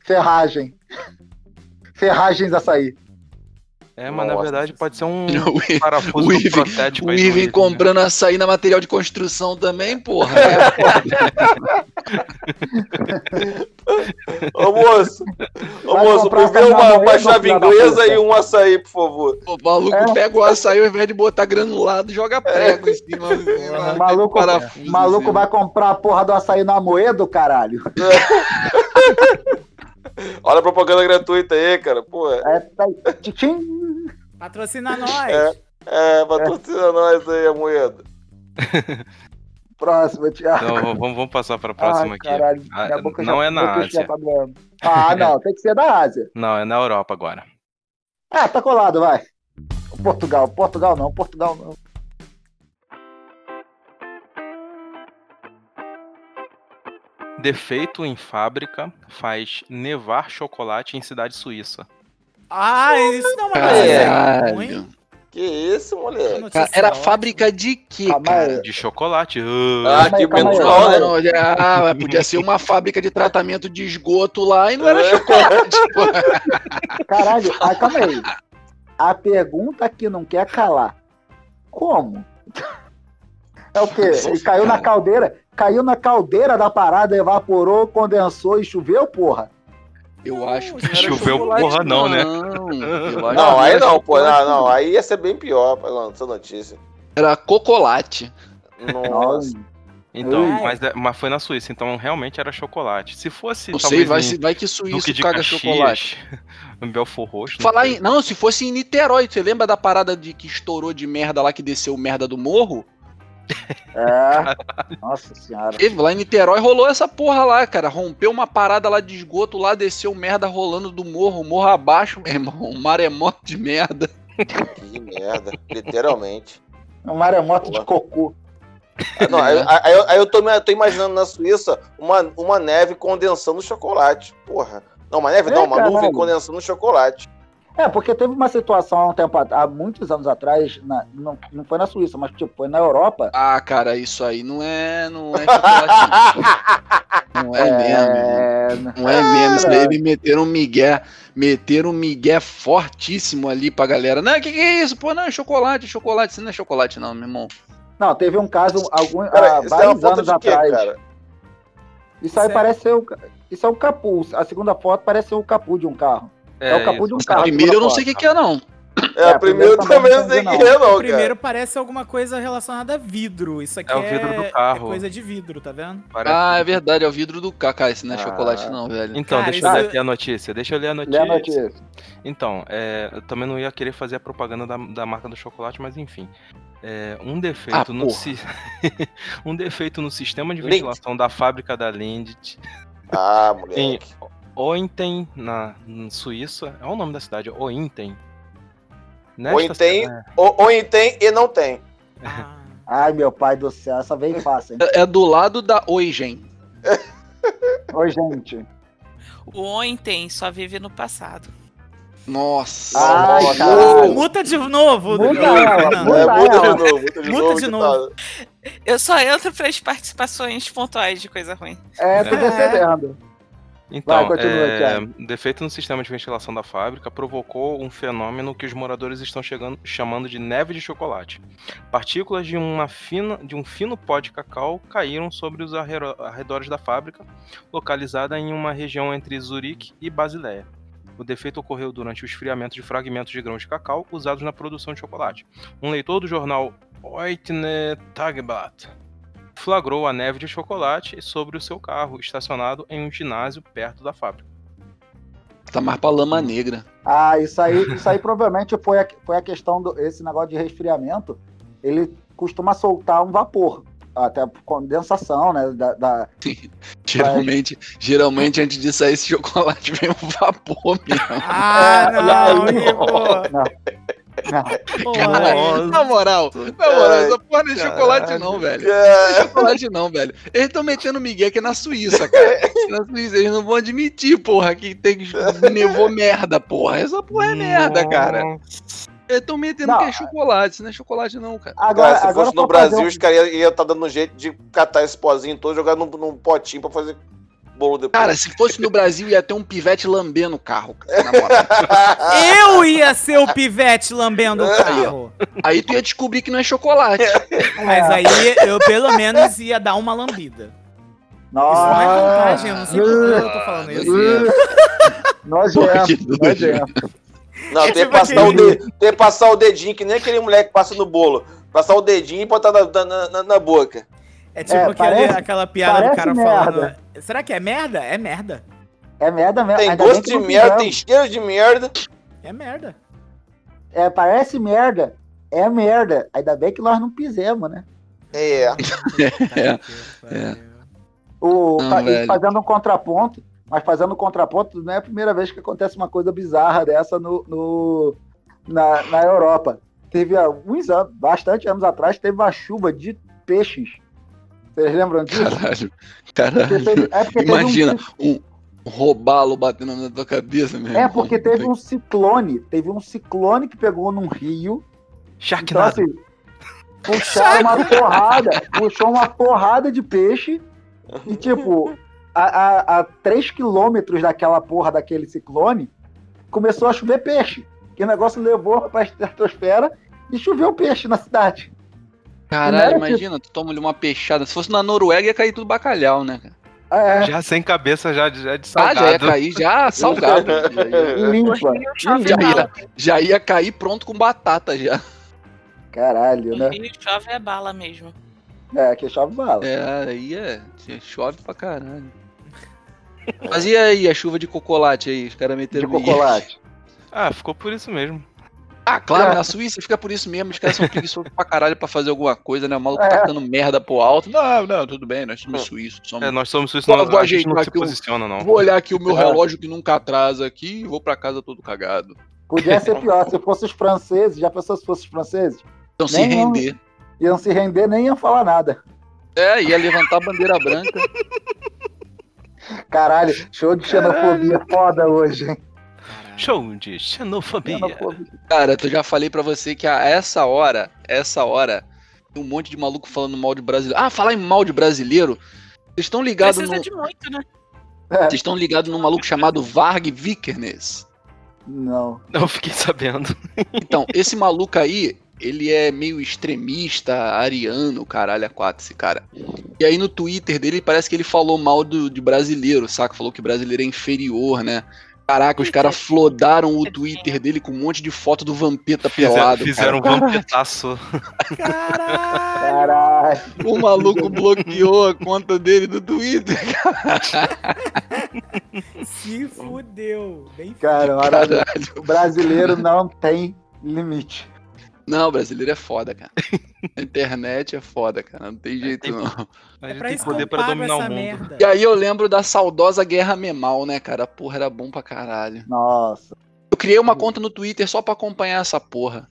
Speaker 5: Ferragem. Ferragens açaí.
Speaker 3: É, mas
Speaker 7: Nossa.
Speaker 3: na verdade pode ser um
Speaker 6: O
Speaker 3: parafuso
Speaker 6: o Ivan,
Speaker 3: protético
Speaker 6: o
Speaker 3: aí do
Speaker 6: Ivan
Speaker 3: Ivan,
Speaker 6: comprando açaí na material de construção também, porra.
Speaker 7: Ô moço, ô
Speaker 5: Vai
Speaker 7: moço,
Speaker 5: comprar
Speaker 7: me vê
Speaker 5: açaí na
Speaker 7: uma, uma
Speaker 5: moeda,
Speaker 7: chave
Speaker 5: filha da
Speaker 7: inglesa
Speaker 5: puta.
Speaker 7: e um açaí, por favor.
Speaker 6: O maluco
Speaker 5: É.
Speaker 6: pega o açaí ao invés de botar granulado, joga prego em cima.
Speaker 5: O maluco,
Speaker 6: parafuso,
Speaker 5: maluco
Speaker 6: assim.
Speaker 5: vai comprar a porra do açaí na moeda, caralho.
Speaker 7: Olha a propaganda gratuita aí, cara. Pô, é,
Speaker 5: É, tá, tchim.
Speaker 4: Patrocina nós.
Speaker 7: É. é patrocina nós aí, a moeda.
Speaker 5: Próximo, Thiago.
Speaker 3: Então vamos, vamos passar para a próxima
Speaker 5: Ai,
Speaker 3: aqui.
Speaker 5: caralho,
Speaker 3: Ah,
Speaker 5: minha boca
Speaker 3: não
Speaker 5: já-
Speaker 3: é
Speaker 5: meu
Speaker 3: na
Speaker 5: queixo já
Speaker 3: Ásia.
Speaker 5: tá doendo. Ah, não, tem que ser da Ásia.
Speaker 3: Não, é na Europa agora.
Speaker 5: Ah, tá colado, vai. Portugal, Portugal não, Portugal não.
Speaker 3: Defeito em fábrica faz nevar chocolate em cidade suíça.
Speaker 4: Ah, isso não é uma notícia
Speaker 6: Caralho.
Speaker 4: ruim.
Speaker 7: Que isso, moleque?
Speaker 4: Notícia
Speaker 6: Cara, era
Speaker 4: ótima.
Speaker 6: fábrica de quê,
Speaker 5: Calma
Speaker 6: cara?
Speaker 5: aí.
Speaker 3: De chocolate. Uh,
Speaker 7: Ah,
Speaker 5: Calma aí,
Speaker 7: que
Speaker 5: calma
Speaker 7: menos
Speaker 5: aí.
Speaker 7: mal, né?
Speaker 6: Não, não, ah, mas podia ser uma fábrica de tratamento de esgoto lá e não era chocolate. pô.
Speaker 5: Caralho, ah, calma aí. A pergunta que não quer calar. Como? É o quê? Ele caiu na caldeira, caiu na caldeira da parada, evaporou, condensou e choveu, porra?
Speaker 6: Eu acho que não era
Speaker 3: Choveu
Speaker 6: chocolate,
Speaker 3: porra não, né?
Speaker 6: Eu acho
Speaker 7: Não,
Speaker 6: que
Speaker 7: aí
Speaker 6: era
Speaker 7: não, pô.
Speaker 6: chocolate,
Speaker 7: Não, não, aí ia ser bem pior pra essa notícia.
Speaker 6: Era cocolate.
Speaker 7: Nossa.
Speaker 3: então,
Speaker 5: Ui.
Speaker 3: mas, é- mas foi na Suíça, então realmente era chocolate. Se fosse
Speaker 6: Não
Speaker 3: talvez
Speaker 6: sei, vai,
Speaker 3: em
Speaker 6: se- vai que
Speaker 3: Duque
Speaker 6: suíço
Speaker 3: de
Speaker 6: caga
Speaker 3: Caxias,
Speaker 6: chocolate.
Speaker 3: em Belfort Roxo. não
Speaker 6: Falar
Speaker 3: sei.
Speaker 6: em. Não, se fosse em Niterói, você lembra da parada de que estourou de merda lá que desceu merda do morro?
Speaker 5: É. Nossa senhora.
Speaker 6: Teve, lá em Niterói rolou essa porra lá, cara. Rompeu uma parada lá de esgoto lá, desceu merda rolando do morro, morro abaixo, meu irmão. Um maremoto de merda.
Speaker 7: Que merda, literalmente.
Speaker 5: Um maremoto de cocô.
Speaker 7: Ah, não, aí, aí eu- aí eu tô, tô imaginando na Suíça uma, uma neve condensando chocolate. Porra. Não, uma neve
Speaker 5: É,
Speaker 7: não, uma
Speaker 5: caralho.
Speaker 7: nuvem condensando chocolate.
Speaker 5: É, porque teve uma situação há um tempo at- há muitos anos atrás, na- não, não foi na Suíça, mas tipo, foi na Europa.
Speaker 6: Ah, cara, isso aí não é. Não é chocolate. Não, não é, mesmo.
Speaker 5: É,
Speaker 6: Não é mesmo. Isso daí eles meteram um migué. Meteram um migué fortíssimo ali pra galera. Não, que que é isso? Pô, não, é chocolate, chocolate. Isso não é chocolate, não, meu irmão.
Speaker 5: Não, teve um caso algum,
Speaker 7: Cara,
Speaker 5: há
Speaker 7: isso é uma
Speaker 5: vários
Speaker 7: foto
Speaker 5: anos
Speaker 7: de quê,
Speaker 5: atrás.
Speaker 7: cara?
Speaker 5: Isso aí
Speaker 4: Isso é-
Speaker 5: parece ser o, isso é o capô. A segunda foto parece ser o capô de um carro. É, o capô
Speaker 3: isso.
Speaker 5: de um
Speaker 6: A
Speaker 5: carro.
Speaker 6: primeira eu não sei o
Speaker 5: segunda
Speaker 6: que, que é, não.
Speaker 7: É,
Speaker 5: É,
Speaker 7: a primeira
Speaker 5: primeiro
Speaker 7: também
Speaker 5: também
Speaker 7: não sei o
Speaker 5: não
Speaker 7: que é, não,
Speaker 4: O
Speaker 7: cara.
Speaker 4: primeiro parece alguma coisa relacionada a vidro. Isso aqui
Speaker 3: É
Speaker 4: é,
Speaker 3: o vidro do carro.
Speaker 4: é coisa de vidro, tá vendo?
Speaker 3: Parece-
Speaker 6: Ah, é verdade, é o vidro do carro. Cara, isso não é
Speaker 7: Ah.
Speaker 6: chocolate, não, velho.
Speaker 3: Então,
Speaker 4: Cara,
Speaker 3: deixa eu
Speaker 4: isso-
Speaker 3: ler aqui a notícia. Deixa eu ler a
Speaker 5: foto.
Speaker 3: notícia.
Speaker 5: Lê a notícia.
Speaker 3: Então, é, eu também não ia querer fazer a propaganda da, da marca do chocolate, mas enfim. É, um defeito
Speaker 6: Ah,
Speaker 3: no
Speaker 6: porra.
Speaker 3: si- um defeito no sistema de
Speaker 7: Lind.
Speaker 3: ventilação da fábrica da Lindt
Speaker 7: Ah,
Speaker 3: em
Speaker 7: moleque.
Speaker 3: Ointen, na, na Suíça. É o nome da cidade, Ointen.
Speaker 7: Ou
Speaker 3: Nesta
Speaker 7: tem,
Speaker 3: cidade-
Speaker 7: ou, ou tem e não tem.
Speaker 4: Ah,
Speaker 5: Ai, meu pai do céu, essa veio fácil, hein?
Speaker 6: É do lado da Oigen.
Speaker 5: Oi, gente.
Speaker 8: O ontem só vive no passado.
Speaker 6: Nossa.
Speaker 5: Ai,
Speaker 7: Nossa.
Speaker 5: caralho.
Speaker 4: muta de novo.
Speaker 5: Muta
Speaker 4: Fernando.
Speaker 5: ela, muta
Speaker 7: É, muda de
Speaker 5: ela.
Speaker 7: novo, muda de
Speaker 4: Muda
Speaker 7: novo.
Speaker 4: de
Speaker 7: que
Speaker 4: novo.
Speaker 7: tá-
Speaker 8: Eu só entro para as participações pontuais de coisa ruim.
Speaker 5: É, tô percebendo.
Speaker 3: Então,
Speaker 5: Vai, continua,
Speaker 3: é,
Speaker 5: Thiago.
Speaker 3: defeito no sistema de ventilação da fábrica provocou um fenômeno que os moradores estão chegando- chamando de neve de chocolate. Partículas de, uma fina, de um fino pó de cacau caíram sobre os arrero- arredores da fábrica, localizada em uma região entre Zurique e Basileia. O defeito ocorreu durante o esfriamento de fragmentos de grãos de cacau usados na produção de chocolate. Um leitor do jornal Oitne Tagblatt flagrou a neve de chocolate sobre o seu carro, estacionado em um ginásio perto da fábrica.
Speaker 6: Tá mais pra lama negra.
Speaker 5: Ah, isso aí, isso aí provavelmente foi a, foi a questão do esse negócio de resfriamento. Ele costuma soltar um vapor, até por condensação, né? Da, da-
Speaker 6: Geralmente, geralmente antes de sair esse chocolate vem um vapor mesmo.
Speaker 4: Ah, não,
Speaker 5: É,
Speaker 4: Igor.
Speaker 5: não.
Speaker 4: Porra.
Speaker 6: Na moral, na moral, essa porra não é chocolate não, velho. Não é chocolate não, velho. Eles estão metendo migué aqui na Suíça, cara. Na Suíça, eles não vão admitir, porra, que tem nevou merda, porra. Essa porra é merda, cara. Eles estão metendo
Speaker 5: Não.
Speaker 6: que é chocolate, isso não é chocolate não, cara.
Speaker 5: Agora,
Speaker 7: Cara, se
Speaker 5: agora
Speaker 7: fosse no
Speaker 5: pra fazer
Speaker 7: Brasil,
Speaker 5: um-
Speaker 7: os caras iam estar dando um jeito de catar esse pozinho todo e jogar num, num potinho pra fazer bolo depois.
Speaker 6: Cara, se fosse no Brasil, ia ter um pivete lambendo o carro, cara, na moral.
Speaker 4: Eu ia ser o pivete lambendo o carro.
Speaker 6: Aí tu ia descobrir que não é chocolate.
Speaker 4: Mas aí eu pelo menos ia dar uma lambida.
Speaker 5: Nossa.
Speaker 4: Isso não é vantagem, eu não sei por que eu tô falando isso.
Speaker 5: Nojento, nojento.
Speaker 7: Não,
Speaker 4: É
Speaker 7: tem que
Speaker 4: tipo
Speaker 7: passar
Speaker 4: aquele-
Speaker 7: o de- tem que passar o dedinho, que nem aquele moleque que passa no bolo. Passar o dedinho e botar na, na, na- na boca.
Speaker 4: É tipo
Speaker 5: É,
Speaker 4: aquele-
Speaker 5: parece-
Speaker 4: aquela piada do
Speaker 5: parece
Speaker 4: cara
Speaker 5: merda.
Speaker 4: falando. Será que é merda? É merda.
Speaker 5: É merda mesmo.
Speaker 7: Tem
Speaker 5: Ainda bem
Speaker 7: gosto
Speaker 5: que
Speaker 7: de
Speaker 5: não
Speaker 7: merda, tem
Speaker 5: fizemos.
Speaker 7: cheiro de merda.
Speaker 4: É merda.
Speaker 5: É, parece merda. É merda. Ainda bem que nós não fizemos, né?
Speaker 7: É.
Speaker 6: É, é.
Speaker 5: O,
Speaker 6: Não,
Speaker 5: fa- e
Speaker 6: velho.
Speaker 5: fazendo um contraponto, mas fazendo um contraponto, não é a primeira vez que acontece uma coisa bizarra dessa no, no- na, na Europa. Teve alguns anos, bastante anos atrás, teve uma chuva de peixes. Vocês lembram disso?
Speaker 6: Caralho,
Speaker 5: Porque
Speaker 6: caralho.
Speaker 5: teve- é porque teve
Speaker 6: Imagina
Speaker 5: um,
Speaker 6: um, um robalo batendo na tua cabeça, meu
Speaker 5: é
Speaker 6: irmão.
Speaker 5: porque teve um ciclone, teve um ciclone que pegou num rio. Então,
Speaker 3: Sharknado.
Speaker 5: assim, puxaram uma porrada, puxou uma porrada de peixe e, tipo, a, a, a três quilômetros daquela porra daquele ciclone, começou a chover peixe. Que o negócio levou pra estratosfera e choveu peixe na cidade.
Speaker 6: Caralho,
Speaker 5: Não era
Speaker 6: imagina, tu toma-lhe uma peixada. Se fosse na Noruega, ia cair tudo bacalhau, né, cara?
Speaker 5: É,
Speaker 3: Já sem cabeça, já, já de
Speaker 6: Ah, já ia
Speaker 3: salgado.
Speaker 6: cair já salgado. já, ia,
Speaker 5: limpa.
Speaker 8: chove
Speaker 6: já,
Speaker 8: bala.
Speaker 6: ia, já ia cair pronto com batata já.
Speaker 5: Caralho,
Speaker 8: O
Speaker 5: né?
Speaker 8: Rio chove é bala mesmo.
Speaker 5: É, que chove bala.
Speaker 6: É, aí é. Chove pra caralho. Mas e aí, a chuva de cocolate aí? Os caras
Speaker 5: De
Speaker 6: meteram.
Speaker 5: cocolate.
Speaker 3: Ah, ficou por isso mesmo.
Speaker 6: Ah, claro,
Speaker 5: É.
Speaker 6: na Suíça fica por isso mesmo. Os caras são preguiçosos pra caralho pra fazer alguma coisa, né? O maluco
Speaker 5: É.
Speaker 6: tacando merda pro alto. Não, não, tudo bem, nós somos suíços. Somos...
Speaker 3: É, nós somos suíços,
Speaker 6: Vou-
Speaker 3: não,
Speaker 6: vou
Speaker 3: a gente não
Speaker 6: ajeitar
Speaker 3: se
Speaker 6: aqui um-
Speaker 3: posiciona, não.
Speaker 6: Vou olhar aqui o meu
Speaker 5: É.
Speaker 6: relógio que nunca atrasa aqui e vou pra casa todo cagado.
Speaker 5: Podia ser pior, se fosse os franceses, já pensou se fosse os franceses?
Speaker 6: Então se
Speaker 5: Nem eu-
Speaker 6: render.
Speaker 5: Iam se render, nem iam falar nada.
Speaker 6: É, ia levantar a bandeira branca.
Speaker 5: Caralho, show de xenofobia foda hoje, hein?
Speaker 3: Show de xenofobia.
Speaker 5: Xenofobia.
Speaker 6: Cara, eu já falei pra você que a essa hora, essa hora, tem um monte de maluco falando mal de brasileiro. Ah, falar em mal de brasileiro. Vocês estão ligados
Speaker 8: Precisa
Speaker 6: no.
Speaker 8: de muito, né?
Speaker 5: É,
Speaker 6: Vocês estão ligados num maluco chamado Varg Vikernes.
Speaker 5: não.
Speaker 3: Eu fiquei sabendo.
Speaker 6: Então, esse maluco aí, ele é meio extremista, ariano, caralho, a quatro, esse cara. E aí no Twitter dele, parece que ele falou mal do, de brasileiro, saca? Falou que brasileiro é inferior, né? Caraca, os caras flodaram o Twitter dele com um monte de foto do Vampeta pelado.
Speaker 3: Fizeram
Speaker 6: cara.
Speaker 3: um vampetaço.
Speaker 4: Caralho.
Speaker 5: Caralho.
Speaker 6: O maluco bloqueou a conta dele do Twitter.
Speaker 4: Se fudeu. Bem
Speaker 5: Cara, maravilha.
Speaker 6: Caralho.
Speaker 5: O brasileiro não tem limite.
Speaker 6: Não, brasileiro é foda, cara. A internet é foda, cara. Não tem jeito,
Speaker 3: tem-
Speaker 6: não.
Speaker 3: A
Speaker 4: É
Speaker 3: gente
Speaker 4: pra
Speaker 3: tem
Speaker 4: isso que
Speaker 3: poder
Speaker 4: eu
Speaker 3: pra
Speaker 4: pago
Speaker 3: dominar o
Speaker 4: essa
Speaker 3: mundo.
Speaker 4: merda.
Speaker 6: E aí eu lembro da saudosa Guerra Memal, né, cara? Porra, era bom pra caralho.
Speaker 5: Nossa.
Speaker 6: Eu criei uma conta no Twitter só pra acompanhar essa porra.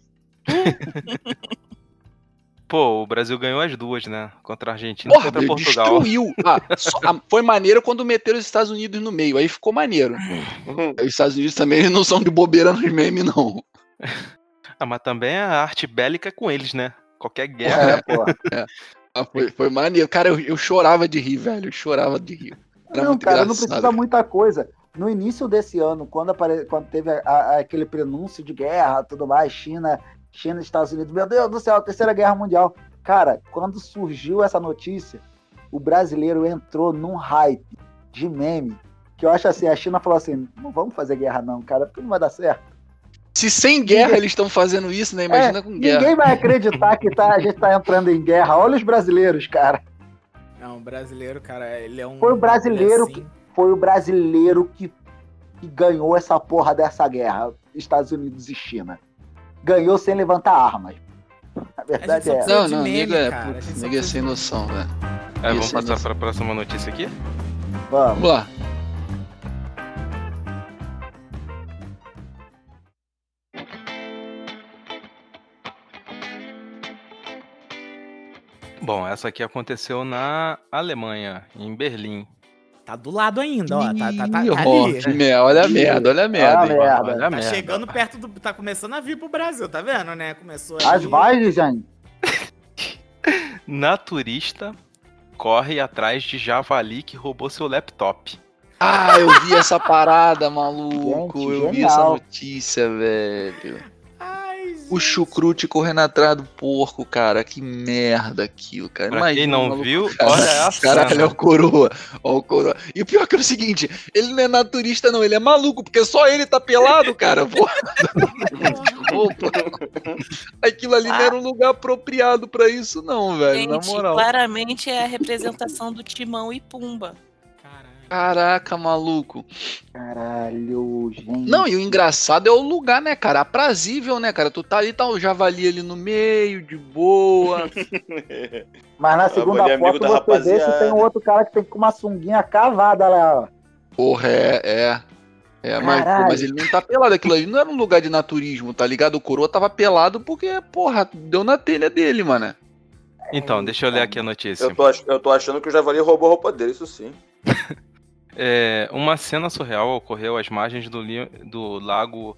Speaker 3: Pô, o Brasil ganhou as duas, né? Contra a Argentina e
Speaker 6: Porra,
Speaker 3: contra Portugal.
Speaker 6: destruiu. Ah, só- ah, foi maneiro quando meteram os Estados Unidos no meio. Aí ficou maneiro. Os Estados Unidos também eles não são de bobeira nos memes, não.
Speaker 3: Ah, mas também a arte bélica é com eles, né? Qualquer guerra.
Speaker 5: É, porra.
Speaker 6: Ah, foi, foi maneiro. Cara, eu, eu chorava de rir, velho. Eu chorava de rir. Era
Speaker 5: Não,
Speaker 6: muito
Speaker 5: cara, não
Speaker 6: engraçado.
Speaker 5: precisa muita coisa. No início desse ano, quando, apare... quando teve a- a- aquele prenúncio de guerra, tudo mais, China, China e Estados Unidos, meu Deus do céu, Terceira Guerra Mundial. Cara, quando surgiu essa notícia, o brasileiro entrou num hype de meme, que eu acho assim, a China falou assim, não vamos fazer guerra não, cara, porque não vai dar certo.
Speaker 6: Se sem guerra eles estão fazendo isso, né? Imagina
Speaker 5: É,
Speaker 6: com guerra.
Speaker 5: ninguém vai acreditar que tá, a gente tá entrando em guerra. Olha os brasileiros, cara.
Speaker 4: Não, o brasileiro, cara, ele é um.
Speaker 5: Foi o brasileiro
Speaker 4: assim,
Speaker 5: que- Foi o brasileiro que, que ganhou essa porra dessa guerra, Estados Unidos e China. Ganhou sem levantar armas. A verdade
Speaker 4: só
Speaker 5: é
Speaker 4: precisa-
Speaker 5: essa.
Speaker 6: Não,
Speaker 4: de
Speaker 6: não,
Speaker 4: meme,
Speaker 6: nega é,
Speaker 4: cara, a
Speaker 6: putz,
Speaker 4: gente só
Speaker 6: nega é
Speaker 4: precisa
Speaker 6: sem
Speaker 4: de
Speaker 6: noção, velho.
Speaker 3: É, vamos
Speaker 6: Isso,
Speaker 3: passar
Speaker 6: isso.
Speaker 3: para a próxima notícia aqui?
Speaker 5: Vamos.
Speaker 6: Vamos lá.
Speaker 3: Bom, essa aqui aconteceu na Alemanha, em Berlim.
Speaker 4: Tá do lado ainda, ó. Tá, tá, tá,
Speaker 6: Ih,
Speaker 4: tá
Speaker 6: ó,
Speaker 4: ali.
Speaker 6: que merda, olha a merda, olha a merda.
Speaker 5: Ah,
Speaker 6: hein.
Speaker 5: merda.
Speaker 3: Olha a
Speaker 4: Tá
Speaker 3: merda.
Speaker 4: chegando perto do. Tá começando a vir pro Brasil, tá vendo, né? Começou
Speaker 5: As
Speaker 4: ali.
Speaker 5: vagens, gente.
Speaker 3: Naturista corre atrás de javali que roubou seu laptop.
Speaker 6: Ah, eu vi essa parada, maluco.
Speaker 5: Gente,
Speaker 6: eu vi
Speaker 5: genial.
Speaker 6: essa notícia, velho.
Speaker 4: Ai,
Speaker 6: O
Speaker 4: gente.
Speaker 6: chucrute correndo atrás do porco, cara. Que merda aquilo, cara.
Speaker 3: Pra quem não
Speaker 6: maluco,
Speaker 3: viu,
Speaker 6: cara.
Speaker 3: olha a
Speaker 6: Caralho,
Speaker 3: cena.
Speaker 6: é o coroa. Ó, o coroa. E o pior que é o seguinte, ele não é naturista, não. Ele é maluco, porque só ele tá pelado, cara. Porra. Desculpa. Aquilo ali não era um lugar apropriado pra isso, não, velho. Na
Speaker 8: Gente,
Speaker 6: moral.
Speaker 8: claramente é a representação do Timão e Pumba.
Speaker 4: Caralho.
Speaker 6: Caraca, maluco.
Speaker 5: Caralho, gente.
Speaker 6: Não, e o engraçado é o lugar, né, cara? Aprazível, né, cara? Tu tá ali, tá o javali ali no meio, de boa.
Speaker 5: Mas na segunda
Speaker 7: Javali é amigo
Speaker 5: foto
Speaker 7: da
Speaker 5: você vê
Speaker 7: rapaziada.
Speaker 5: que tem um outro cara que tem com uma sunguinha cavada lá, ó.
Speaker 6: Porra, é, é. É, mas, pô,
Speaker 5: Caralho.
Speaker 6: mas ele não tá pelado. Aquilo ali não era um lugar de naturismo, tá ligado? O coroa tava pelado porque, porra, deu na telha dele, mano.
Speaker 3: Então, deixa eu ler aqui a notícia.
Speaker 7: Eu tô, ach- eu tô achando que o Javali roubou a roupa dele, isso sim.
Speaker 3: É, uma cena surreal ocorreu às margens do, li- do lago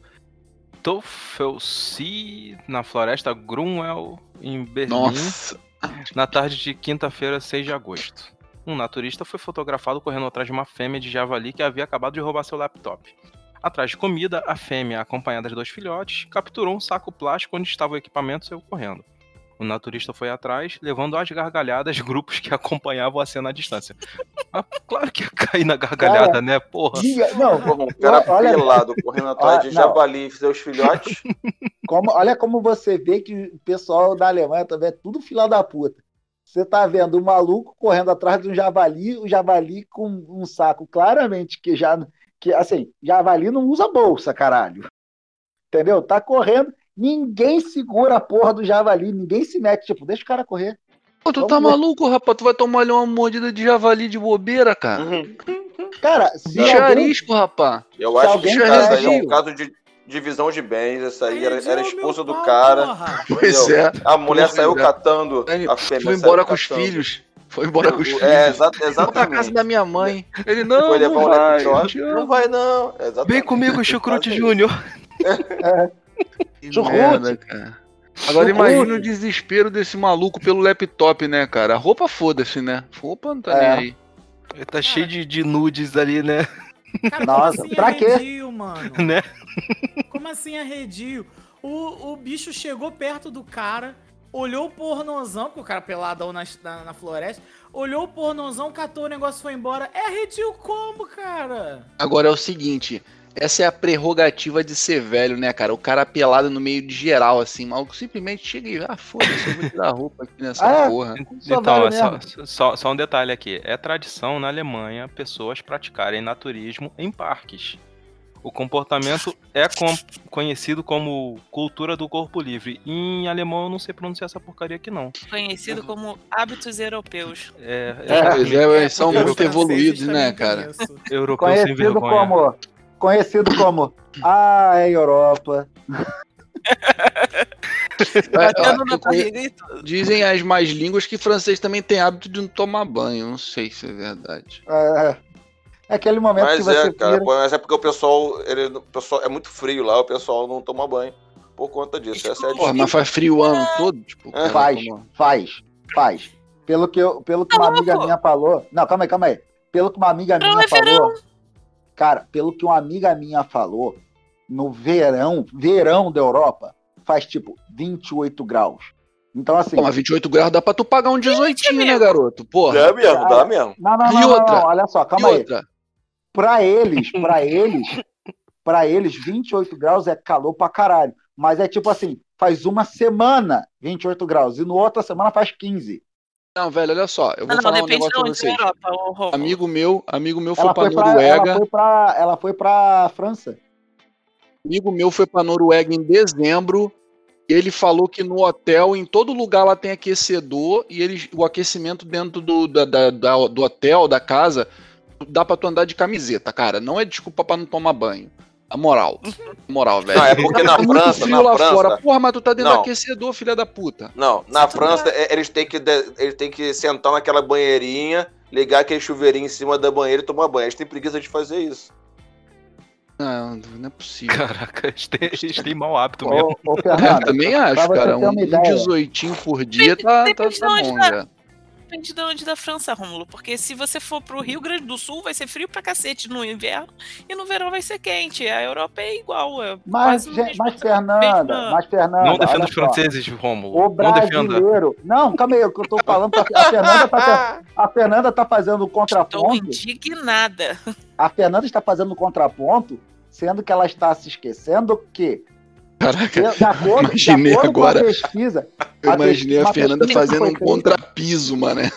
Speaker 3: Teufelsee, na floresta Grunwald, em Berlim,
Speaker 6: Nossa.
Speaker 3: na tarde de quinta-feira, seis de agosto. Um naturista foi fotografado correndo atrás de uma fêmea de javali que havia acabado de roubar seu laptop. Atrás de comida, a fêmea, acompanhada de dois filhotes, capturou um saco plástico onde estava o equipamento e saiu correndo. O naturista foi atrás, levando às gargalhadas grupos que acompanhavam a cena à distância. Ah, claro que ia cair na gargalhada,
Speaker 5: Cara,
Speaker 3: né, porra?
Speaker 5: Diga- Não,
Speaker 7: Porra, um cara
Speaker 5: olha,
Speaker 7: pelado correndo atrás
Speaker 5: Olha,
Speaker 7: de
Speaker 5: não.
Speaker 7: Javali e seus filhotes.
Speaker 5: como, olha como você vê que o pessoal da Alemanha também é tudo filha da puta. Você tá vendo o maluco correndo atrás de um javali, o javali com um saco claramente que já, que assim, javali não usa bolsa, caralho. Entendeu? Tá correndo, ninguém segura a porra do javali, ninguém se mete, tipo, deixa o cara correr.
Speaker 6: Pô, tu
Speaker 5: Vamos
Speaker 6: tá
Speaker 5: ver.
Speaker 6: maluco, rapaz? Tu vai tomar ali uma mordida de javali de bobeira, cara.
Speaker 5: Cara, se
Speaker 6: Bicho é
Speaker 5: alguém,
Speaker 6: arisco, rapaz.
Speaker 7: Eu
Speaker 5: Se
Speaker 7: acho que
Speaker 5: alguém
Speaker 7: esse caso aí é
Speaker 6: reagiu.
Speaker 7: um caso de divisão de bens. Essa aí era,
Speaker 4: Arredia
Speaker 7: era
Speaker 4: o meu
Speaker 7: esposa do
Speaker 4: pau,
Speaker 7: cara.
Speaker 4: porra.
Speaker 6: Pois
Speaker 7: Entendeu?
Speaker 6: é.
Speaker 7: A mulher
Speaker 6: Porra,
Speaker 7: saiu
Speaker 6: né?
Speaker 7: catando a fêmea.
Speaker 6: Foi
Speaker 7: saiu
Speaker 6: embora com os
Speaker 7: catando.
Speaker 6: filhos. Foi embora com os filhos.
Speaker 7: É, exa
Speaker 6: Vou pra casa
Speaker 7: exatamente.
Speaker 6: da minha mãe. Ele não,
Speaker 7: Foi levar
Speaker 6: não
Speaker 7: o
Speaker 6: vai.
Speaker 7: laptop.
Speaker 6: eu te
Speaker 7: Não
Speaker 6: amo.
Speaker 7: vai, não. Exatamente.
Speaker 3: Vem comigo, Chucrute
Speaker 7: Quase
Speaker 3: Júnior.
Speaker 6: Que
Speaker 5: Chucrute.
Speaker 6: merda, cara. Agora
Speaker 5: Chucrute.
Speaker 6: imagina o desespero desse maluco pelo laptop, né, cara? A roupa foda-se, né? Roupa não tá
Speaker 5: É.
Speaker 6: nem aí.
Speaker 3: Ele tá cheio de, de nudes ali, né?
Speaker 4: Cara,
Speaker 5: Nossa,
Speaker 4: como assim
Speaker 5: pra quê?
Speaker 4: arredio, mano?
Speaker 3: né?
Speaker 4: Como assim arredio? O, o bicho chegou perto do cara, olhou o pornozão, porque o cara peladão na, na, na floresta, olhou o pornozão, catou o negócio e foi embora. É arredio como, cara?
Speaker 6: Agora é o seguinte, essa é a prerrogativa de ser velho, né, cara? O cara pelado no meio de geral, assim, o maluco simplesmente chega e, ah, foda-se, eu vou tirar a roupa aqui nessa
Speaker 5: Ah, é?
Speaker 6: porra.
Speaker 5: Só
Speaker 3: Então,
Speaker 5: vale
Speaker 3: é só,
Speaker 5: mesmo.
Speaker 3: só, só um detalhe aqui. É tradição na Alemanha pessoas praticarem naturismo em parques. O comportamento é com- conhecido como cultura do corpo livre. Em alemão eu não sei pronunciar essa porcaria aqui, não.
Speaker 8: Conhecido como hábitos europeus.
Speaker 3: É,
Speaker 5: É,
Speaker 6: Pois é, eles são
Speaker 4: porque os
Speaker 6: muito
Speaker 4: franceses
Speaker 6: evoluídos,
Speaker 4: também
Speaker 6: né,
Speaker 4: têm
Speaker 6: cara?
Speaker 4: isso.
Speaker 3: europeu sem
Speaker 5: Conhecido
Speaker 3: vergonha.
Speaker 5: como. Conhecido como. Ah, é Europa.
Speaker 8: Batendo na
Speaker 6: eu conhe-
Speaker 8: barriga e tudo.
Speaker 6: Dizem as mais línguas que francês também tem hábito de não tomar banho. Não sei se é verdade.
Speaker 5: É, é aquele momento que
Speaker 7: Mas
Speaker 5: você
Speaker 7: é, cara,
Speaker 5: vira-
Speaker 7: pô, mas é porque o pessoal, ele, o pessoal é muito frio lá, o pessoal não toma banho por conta disso. Essa é a
Speaker 6: Porra, mas faz frio o ano todo? Tipo, o cara
Speaker 5: Faz,
Speaker 6: toma-
Speaker 5: faz, faz. Pelo que, eu, pelo que uma amiga
Speaker 8: louco?
Speaker 5: minha falou. Não, calma aí, calma aí. Pelo que uma amiga
Speaker 8: Não
Speaker 5: minha
Speaker 8: é verão.
Speaker 5: falou. Cara, pelo que uma amiga minha falou, no verão, verão da Europa, faz tipo vinte e oito graus. Então, assim.
Speaker 6: Pô, mas vinte e oito graus dá pra tu pagar um dezoitinho, né,
Speaker 8: amigo.
Speaker 6: garoto? Porra.
Speaker 7: Dá mesmo, dá mesmo.
Speaker 5: Não, não,
Speaker 6: E
Speaker 5: não, não,
Speaker 6: outra?
Speaker 5: não, olha só,
Speaker 6: E
Speaker 5: calma aí.
Speaker 6: outra?
Speaker 5: Pra eles, pra eles, pra eles, vinte e oito graus é calor pra caralho. Mas é tipo assim, faz uma semana vinte e oito graus e no outra semana faz quinze.
Speaker 6: Não, velho, olha só. Eu vou
Speaker 8: Não, não,
Speaker 6: falar um
Speaker 8: depende
Speaker 6: negócio
Speaker 8: de
Speaker 6: pra
Speaker 8: onde na
Speaker 6: vocês.
Speaker 8: Europa, o Romulo.
Speaker 6: Amigo meu, amigo meu foi
Speaker 5: Ela
Speaker 6: pra
Speaker 5: foi pra,
Speaker 6: Noruega.
Speaker 5: ela foi pra, ela foi pra França.
Speaker 6: Amigo meu foi pra Noruega em dezembro. E ele falou que no hotel, em todo lugar lá tem aquecedor. E eles, o aquecimento dentro do, da, da- da- do hotel, da casa, dá pra tu andar de camiseta, cara. Não é desculpa pra não tomar banho. A moral. A moral, velho.
Speaker 7: Não, é porque na
Speaker 6: Tá muito
Speaker 7: França,
Speaker 6: frio
Speaker 7: na
Speaker 6: lá
Speaker 7: França-
Speaker 6: fora. Porra, mas tu tá dentro
Speaker 7: Não.
Speaker 6: do aquecedor, filha da puta.
Speaker 7: Não, na
Speaker 8: tu
Speaker 7: França
Speaker 8: tá-
Speaker 7: é, eles têm que de- eles têm que sentar naquela banheirinha, ligar aquele chuveirinho em cima da banheira e tomar banho. Eles têm preguiça de fazer isso.
Speaker 6: Não, não é possível.
Speaker 3: Caraca, eles têm, eles têm mau hábito mesmo.
Speaker 5: Ô, ô
Speaker 6: Eu
Speaker 5: Fernando,
Speaker 6: também
Speaker 5: pra
Speaker 6: acho,
Speaker 5: você
Speaker 6: cara.
Speaker 5: ter
Speaker 6: Um
Speaker 5: uma ideia.
Speaker 6: dezoitinho por dia tá, tá,
Speaker 8: Depende de
Speaker 6: tá
Speaker 8: onde
Speaker 6: bom,
Speaker 8: tá.
Speaker 6: já.
Speaker 8: depende de onde da França, Rômulo. Porque se você for pro Rio Grande do Sul, vai ser frio pra cacete no inverno e no verão vai ser quente. A Europa é igual. É
Speaker 5: mas, gente, mas, Fernanda, mesma... mas, Fernanda.
Speaker 3: Não defenda os franceses, Rômulo.
Speaker 5: O brasileiro. Não, não, calma aí, que eu tô falando. Pra... A, Fernanda tá... a Fernanda tá fazendo o contraponto.
Speaker 8: Estou indignada.
Speaker 5: A Fernanda está fazendo o contraponto, sendo que ela está se esquecendo que.
Speaker 6: Caraca,
Speaker 5: de acordo,
Speaker 6: imaginei
Speaker 5: de acordo
Speaker 6: agora.
Speaker 5: Com a pesquisa,
Speaker 6: eu imaginei a, a Fernanda fazendo um
Speaker 5: feita,
Speaker 6: contrapiso, mané.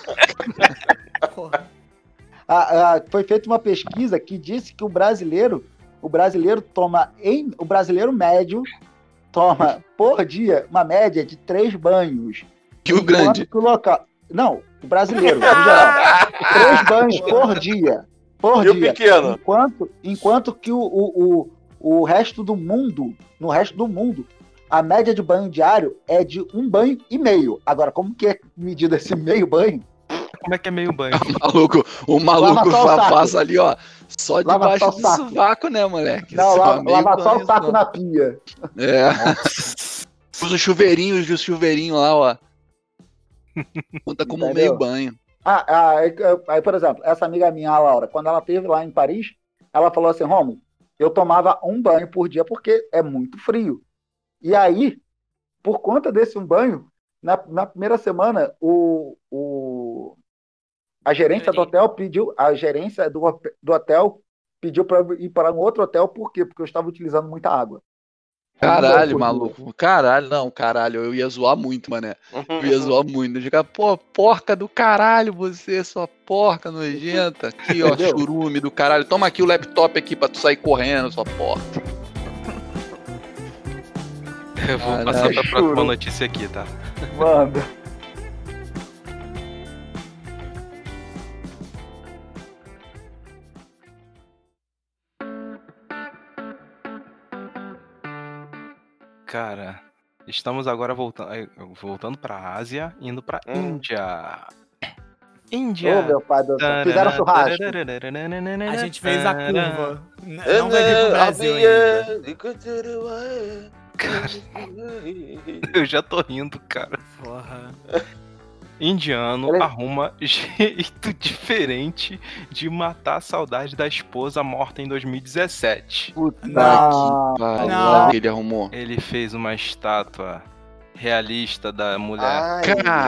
Speaker 5: a, a, foi feita uma pesquisa que disse que o brasileiro, o brasileiro toma, em, o brasileiro médio toma por dia uma média de três banhos.
Speaker 6: Rio Grande.
Speaker 5: Que o local, não, o brasileiro, em geral, três banhos por dia. Por
Speaker 7: Rio
Speaker 5: dia.
Speaker 7: Pequeno.
Speaker 5: Enquanto, enquanto que o, o, o O resto do mundo, no resto do mundo, a média de banho diário é de um banho e meio. Agora, como que é medido esse meio banho?
Speaker 3: Como é que é meio banho?
Speaker 6: O maluco, o maluco faz ali, ó, só debaixo do sovaco, né, moleque?
Speaker 5: Não,
Speaker 6: só
Speaker 5: lava, lava só o saco
Speaker 6: só.
Speaker 5: na pia.
Speaker 6: É. Usa o chuveirinho, usa o chuveirinho lá, ó. Conta como Entendeu? Meio banho.
Speaker 5: Ah, ah aí, aí, por exemplo, essa amiga minha, a Laura, quando ela esteve lá em Paris, ela falou assim, Rômulo, eu tomava um banho por dia porque é muito frio. E aí, por conta desse um banho, na, na primeira semana, o, o, a gerência do hotel pediu, a gerência do, do hotel pediu para ir para um outro hotel, por quê? Porque eu estava utilizando muita água.
Speaker 6: Caralho, maluco. Caralho, não, caralho. Eu ia zoar muito, mané. Eu ia zoar muito. Eu ia ficar, pô, porca do caralho, você, sua porca nojenta. Aqui, ó, churume do caralho. Toma aqui o laptop aqui pra tu sair correndo, sua porca.
Speaker 3: Eu vou caralho, passar pra próxima notícia aqui, tá?
Speaker 5: Manda.
Speaker 3: Cara, estamos agora voltando, voltando para a Ásia, indo para a hum. Índia. Índia.
Speaker 5: Ô, meu pai do céu. Fizeram churrasco.
Speaker 4: A gente fez a curva. Não vai vir pro Brasil ainda.
Speaker 3: Cara, eu já tô rindo, cara.
Speaker 4: Porra.
Speaker 3: Indiano Ele... arruma jeito diferente de matar a saudade da esposa morta em dois mil e dezessete.
Speaker 6: Puta não, que pariu. Ele arrumou.
Speaker 3: Ele fez uma estátua realista da mulher.
Speaker 6: Ai,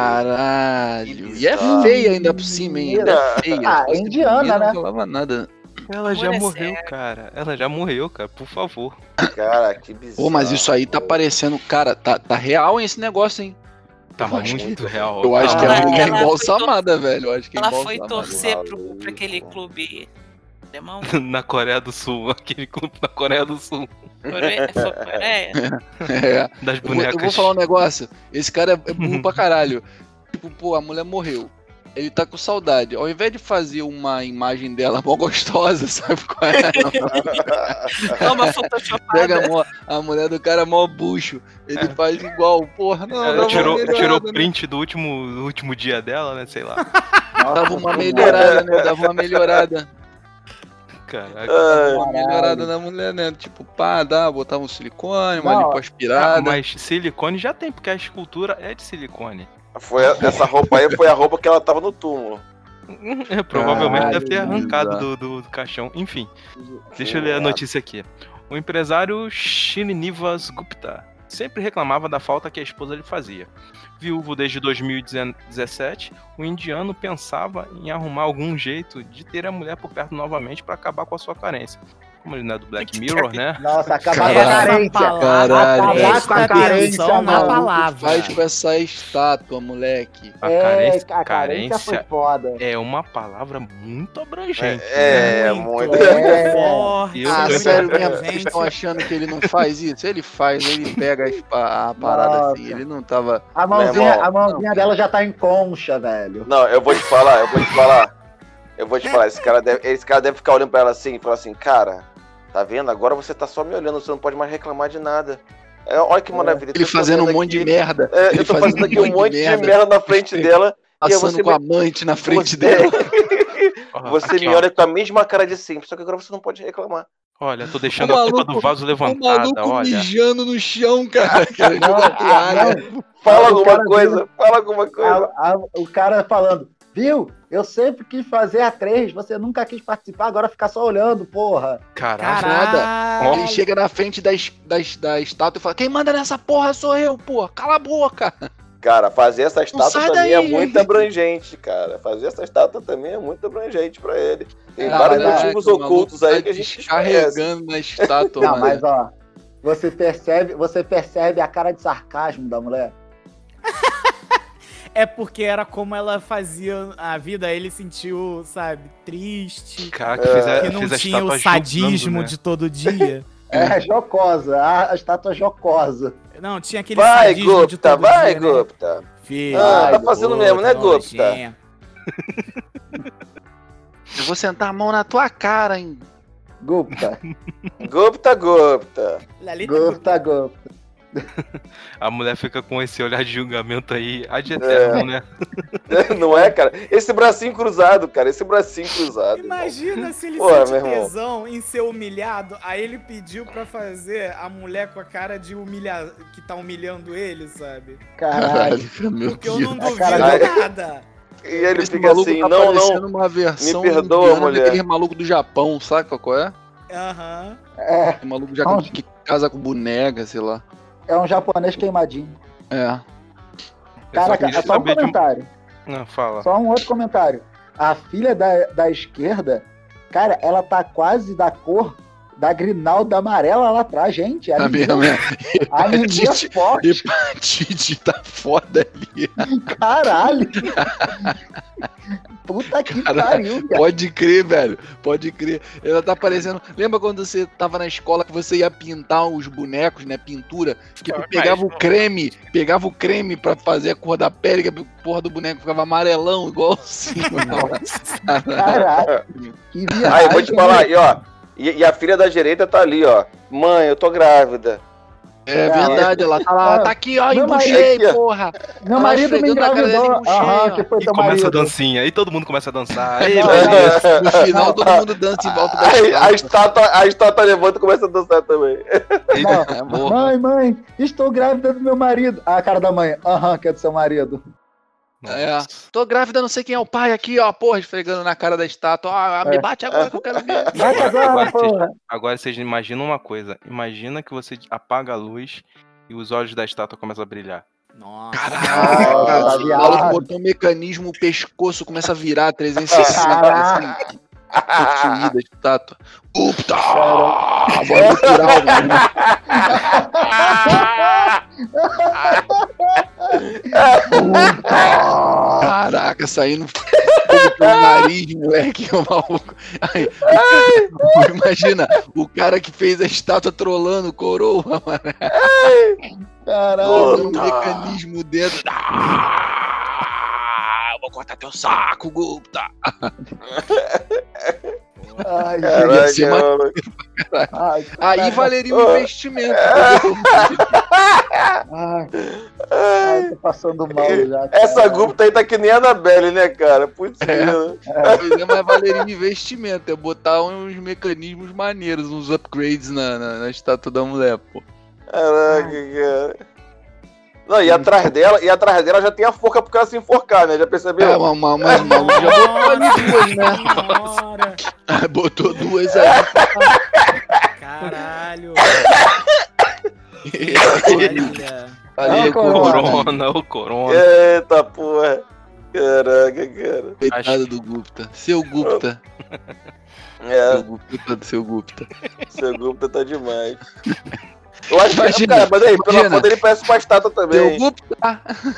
Speaker 6: caralho. E é feia ainda por cima, hein? Ainda é feia.
Speaker 5: Ah, é indiana, né?
Speaker 6: Não falava nada.
Speaker 3: Ela já morreu, cara. Ela já morreu, cara. Por favor.
Speaker 7: Cara, que bizarro.
Speaker 6: Pô, mas isso aí tá parecendo... Cara, tá, tá real esse negócio, hein?
Speaker 3: Tá muito, muito real.
Speaker 6: Eu acho
Speaker 3: ah,
Speaker 6: que a mulher é embalsamada, velho. Eu acho que é
Speaker 8: ela foi torcer pro, pra aquele clube alemão.
Speaker 3: Na Coreia do Sul. Aquele clube na Coreia do Sul.
Speaker 8: Coreia? Foi Coreia?
Speaker 6: É.
Speaker 3: Das bonecas.
Speaker 6: Eu vou, eu vou falar um negócio. Esse cara é burro pra caralho. Tipo, pô, a mulher morreu. Ele tá com saudade. Ao invés de fazer uma imagem dela mó gostosa, sabe qual é?
Speaker 8: Não, uma photoshopada.
Speaker 6: Pega a, mo- a mulher do cara mó bucho. Ele é. faz igual, porra. Não,
Speaker 3: Ela tirou, tirou o print né? do, último, do último dia dela, né? Sei lá.
Speaker 6: Dava uma melhorada, né? Dava uma melhorada.
Speaker 3: Caraca.
Speaker 6: Dava uma melhorada na mulher, né? Tipo, pá, dá, botava um silicone, uma lipoaspirada.
Speaker 3: Ah, mas silicone já tem, porque a escultura é de silicone.
Speaker 7: Foi, essa roupa aí foi a roupa que ela tava no túmulo.
Speaker 3: É, provavelmente Caralho, deve ter arrancado do, do, do caixão. Enfim, deixa eu ler a notícia aqui. O empresário Srinivas Gupta sempre reclamava da falta que a esposa lhe fazia. Viúvo desde dois mil e dezessete, o indiano pensava em arrumar algum jeito de ter a mulher por perto novamente para acabar com a sua carência. Como ele não é do Black Mirror, né?
Speaker 5: Nossa, acabar com a carência.
Speaker 6: Caralho.
Speaker 5: Acabar com a carência
Speaker 4: na palavra.
Speaker 6: Faz com essa estátua, moleque.
Speaker 3: A carência,
Speaker 5: é, a carência foi foda.
Speaker 3: É uma palavra muito abrangente.
Speaker 7: É, é
Speaker 5: muito.
Speaker 7: muito.
Speaker 5: É.
Speaker 3: E
Speaker 6: ah, sério mesmo? Vocês estão achando que ele não faz isso? Ele faz, ele pega a, a parada Nossa. assim. Ele não tava...
Speaker 5: A mãozinha, a mãozinha não. dela já tá em concha, velho.
Speaker 7: Não, eu vou te falar, eu vou te falar. Eu vou te falar, esse cara deve, esse cara deve ficar olhando pra ela assim e falar assim, cara... Tá vendo? Agora você tá só me olhando, você não pode mais reclamar de nada. É, olha que maravilha.
Speaker 6: Ele fazendo um monte de merda.
Speaker 7: É, eu tô fazendo aqui um monte de merda, de merda na frente dela.
Speaker 6: Passando
Speaker 7: e
Speaker 6: com me... a amante na frente
Speaker 7: você...
Speaker 6: dela.
Speaker 7: Você aqui, me olha ó. com a mesma cara de sempre, só que agora você não pode reclamar.
Speaker 3: Olha, tô deixando a tampa do vaso levantada,
Speaker 6: o maluco
Speaker 3: olha.
Speaker 6: mijando no chão, cara. cara
Speaker 5: Não,
Speaker 6: joga toalha.
Speaker 5: não.
Speaker 7: Fala
Speaker 5: O
Speaker 7: alguma
Speaker 5: cara
Speaker 7: coisa,
Speaker 5: viu-
Speaker 7: fala alguma coisa.
Speaker 5: A- a- o cara falando, viu? Eu sempre quis fazer a três, você nunca quis participar, agora fica só olhando, porra.
Speaker 3: Caralho.
Speaker 4: Caralho.
Speaker 6: Ele chega na frente da, es- da, es- da estátua e fala: quem manda nessa porra sou eu, porra. Cala a boca.
Speaker 7: Cara, fazer essa estátua
Speaker 6: sai
Speaker 7: também
Speaker 6: daí.
Speaker 7: é muito abrangente, cara. Fazer essa estátua também é muito abrangente pra ele. Tem
Speaker 5: Não,
Speaker 7: vários
Speaker 5: mas,
Speaker 7: motivos
Speaker 6: o maluco
Speaker 7: ocultos aí
Speaker 6: tá
Speaker 7: que a gente desconhece.
Speaker 6: carregando na estátua,
Speaker 5: Não,
Speaker 6: mano.
Speaker 5: mas ó, você percebe, você percebe a cara de sarcasmo da mulher.
Speaker 4: É porque era como ela fazia a vida, ele sentiu, sabe, triste.
Speaker 3: Cara, que fez a,
Speaker 4: Que não
Speaker 3: fez a
Speaker 4: tinha o
Speaker 3: estátua
Speaker 4: sadismo
Speaker 3: julgando, né?
Speaker 4: de todo dia.
Speaker 5: É, jocosa, a, a estátua jocosa.
Speaker 4: Não, tinha aquele
Speaker 7: Vai,
Speaker 4: sadismo de
Speaker 7: Gupta,
Speaker 4: todo
Speaker 7: vai,
Speaker 4: dia, né?
Speaker 7: Gupta.
Speaker 4: Filho,
Speaker 7: Ah,
Speaker 5: Ai,
Speaker 7: tá fazendo mesmo, né, Gupta?
Speaker 4: nojento.
Speaker 6: Eu vou sentar a mão na tua cara, hein?
Speaker 5: Gupta,
Speaker 7: Gupta, Gupta.
Speaker 4: Lalita
Speaker 5: Gupta, Gupta.
Speaker 3: A mulher fica com esse olhar de julgamento aí, ad eterno, né?
Speaker 7: Não é, cara? Esse bracinho cruzado, cara. Esse bracinho cruzado. irmão.
Speaker 4: Imagina se ele
Speaker 7: Pô,
Speaker 4: sente
Speaker 7: meu irmão.
Speaker 4: tesão em ser humilhado, aí ele pediu pra fazer a mulher com a cara de humilha... que tá humilhando ele, sabe?
Speaker 5: Caralho.
Speaker 6: meu
Speaker 4: Porque eu não
Speaker 5: A
Speaker 4: duvido
Speaker 5: cara
Speaker 7: de-
Speaker 4: nada.
Speaker 7: E ele
Speaker 6: Esse
Speaker 7: fica
Speaker 6: maluco
Speaker 7: assim,
Speaker 6: tá
Speaker 7: não,
Speaker 6: parecendo
Speaker 7: não.
Speaker 6: uma versão
Speaker 7: me perdoa,
Speaker 6: indiana
Speaker 7: mulher.
Speaker 6: daquele maluco do Japão, saca qual é?
Speaker 4: Aham.
Speaker 5: É,
Speaker 6: Aquele maluco já que, que casa com boneca, sei lá.
Speaker 5: é um japonês queimadinho.
Speaker 6: É.
Speaker 3: Eu
Speaker 5: Cara,
Speaker 3: queria
Speaker 5: é só um
Speaker 3: saber de
Speaker 5: comentário.
Speaker 3: Não, fala.
Speaker 5: Só um outro comentário. A filha da, da esquerda, cara, ela tá quase da cor da grinalda amarela lá atrás, gente. A
Speaker 6: Tá
Speaker 5: menina,
Speaker 6: mesmo, é.
Speaker 5: a menina é
Speaker 6: Hepatite-
Speaker 5: forte,
Speaker 6: Hepatite tá foda ali.
Speaker 5: caralho. Puta que
Speaker 6: Caralho.
Speaker 5: pariu, cara.
Speaker 6: Pode crer, velho. Pode crer. Ela tá parecendo. Lembra quando você tava na escola que você ia pintar os bonecos, né? Pintura? Que tu pegava o creme, pegava o creme pra fazer a cor da pele, que a porra do boneco ficava amarelão, igual assim.
Speaker 5: Caralho. Que viagem.
Speaker 7: Aí, vou te falar aí, ó. E, e a filha da direita tá ali, ó. Mãe, eu tô grávida.
Speaker 6: É verdade, ela tá lá. Tá aqui, ó,
Speaker 5: Meu
Speaker 6: embuchei,
Speaker 7: marido-
Speaker 6: porra.
Speaker 5: Meu
Speaker 6: Ela
Speaker 5: marido me
Speaker 6: esfregando a cara dele
Speaker 5: engravidou.
Speaker 6: com cheio,
Speaker 5: Aham,
Speaker 6: ó.
Speaker 5: que foi
Speaker 3: E
Speaker 5: teu
Speaker 3: começa a
Speaker 5: marido.
Speaker 3: dancinha, aí todo mundo começa a dançar.
Speaker 6: Aí,
Speaker 3: Aí,
Speaker 5: Não,
Speaker 6: velho, no final todo mundo dança em volta da
Speaker 7: Aí a
Speaker 6: estátua.
Speaker 7: estátua, a estátua levanta e começa a dançar também.
Speaker 5: Não,
Speaker 6: Porra.
Speaker 5: mãe, mãe, estou grávida do meu marido. Ah, a cara da mãe. Aham, que é do seu marido.
Speaker 6: É. Tô grávida, não sei quem é o pai aqui, ó, porra, esfregando na cara da estátua. Ó, me
Speaker 5: É.
Speaker 6: bate agora que eu quero ver.
Speaker 5: Vai agora,
Speaker 3: Agora, vocês,
Speaker 5: porra.
Speaker 3: agora vocês imaginam uma coisa. Imagina que você apaga a luz e os olhos da estátua começam a brilhar.
Speaker 4: Nossa.
Speaker 6: Caraca,
Speaker 5: Nossa,
Speaker 6: o
Speaker 5: viado.
Speaker 6: maluco botou um mecanismo, o pescoço começa a virar trezentos e sessenta, assim, possuída, estátua. Upta! Voz natural, né? Caraca, saindo fogo pelo nariz, moleque, o maluco. Aí, imagina, o cara que fez a estátua trolando coroa, mano.
Speaker 5: Caralho.
Speaker 6: Um mecanismo dentro. Ah, eu vou cortar teu saco, Gupta.
Speaker 5: Ai,
Speaker 7: Caraca,
Speaker 6: Ia ser mais-
Speaker 7: mano.
Speaker 5: ai,
Speaker 6: Aí
Speaker 5: caraca.
Speaker 6: valeria um investimento. entendeu?
Speaker 5: Ai, ai, tô passando mal já.
Speaker 7: Essa
Speaker 5: cara.
Speaker 7: Gupta aí tá que nem a Annabelle, né, cara? Putz,
Speaker 6: É.
Speaker 7: grila.
Speaker 6: Pois é, mas valeria um investimento. É botar uns mecanismos maneiros, uns upgrades na, na, na estátua da mulher, pô.
Speaker 7: Caraca, cara. Não, e atrás dela, e atrás dela já tem a forca pro cara se enforcar, né? Já percebeu?
Speaker 6: É, uma, uma, mas o maluco já botou ali duas, né?
Speaker 4: Senhora.
Speaker 6: Botou duas aí.
Speaker 4: Caralho. Olha.
Speaker 6: Ali,
Speaker 5: Não,
Speaker 6: corona.
Speaker 3: Corona, o corona.
Speaker 7: Eita porra. Caraca, cara.
Speaker 6: Coitado do Gupta. Seu Gupta.
Speaker 7: É,
Speaker 6: Seu Gupta, seu Gupta.
Speaker 7: seu Gupta tá demais. Eu acho que,
Speaker 6: Imagina,
Speaker 7: cara, mas aí, pela
Speaker 6: imagina.
Speaker 7: foto ele parece uma estátua
Speaker 6: Seu
Speaker 7: também.
Speaker 6: Gupta.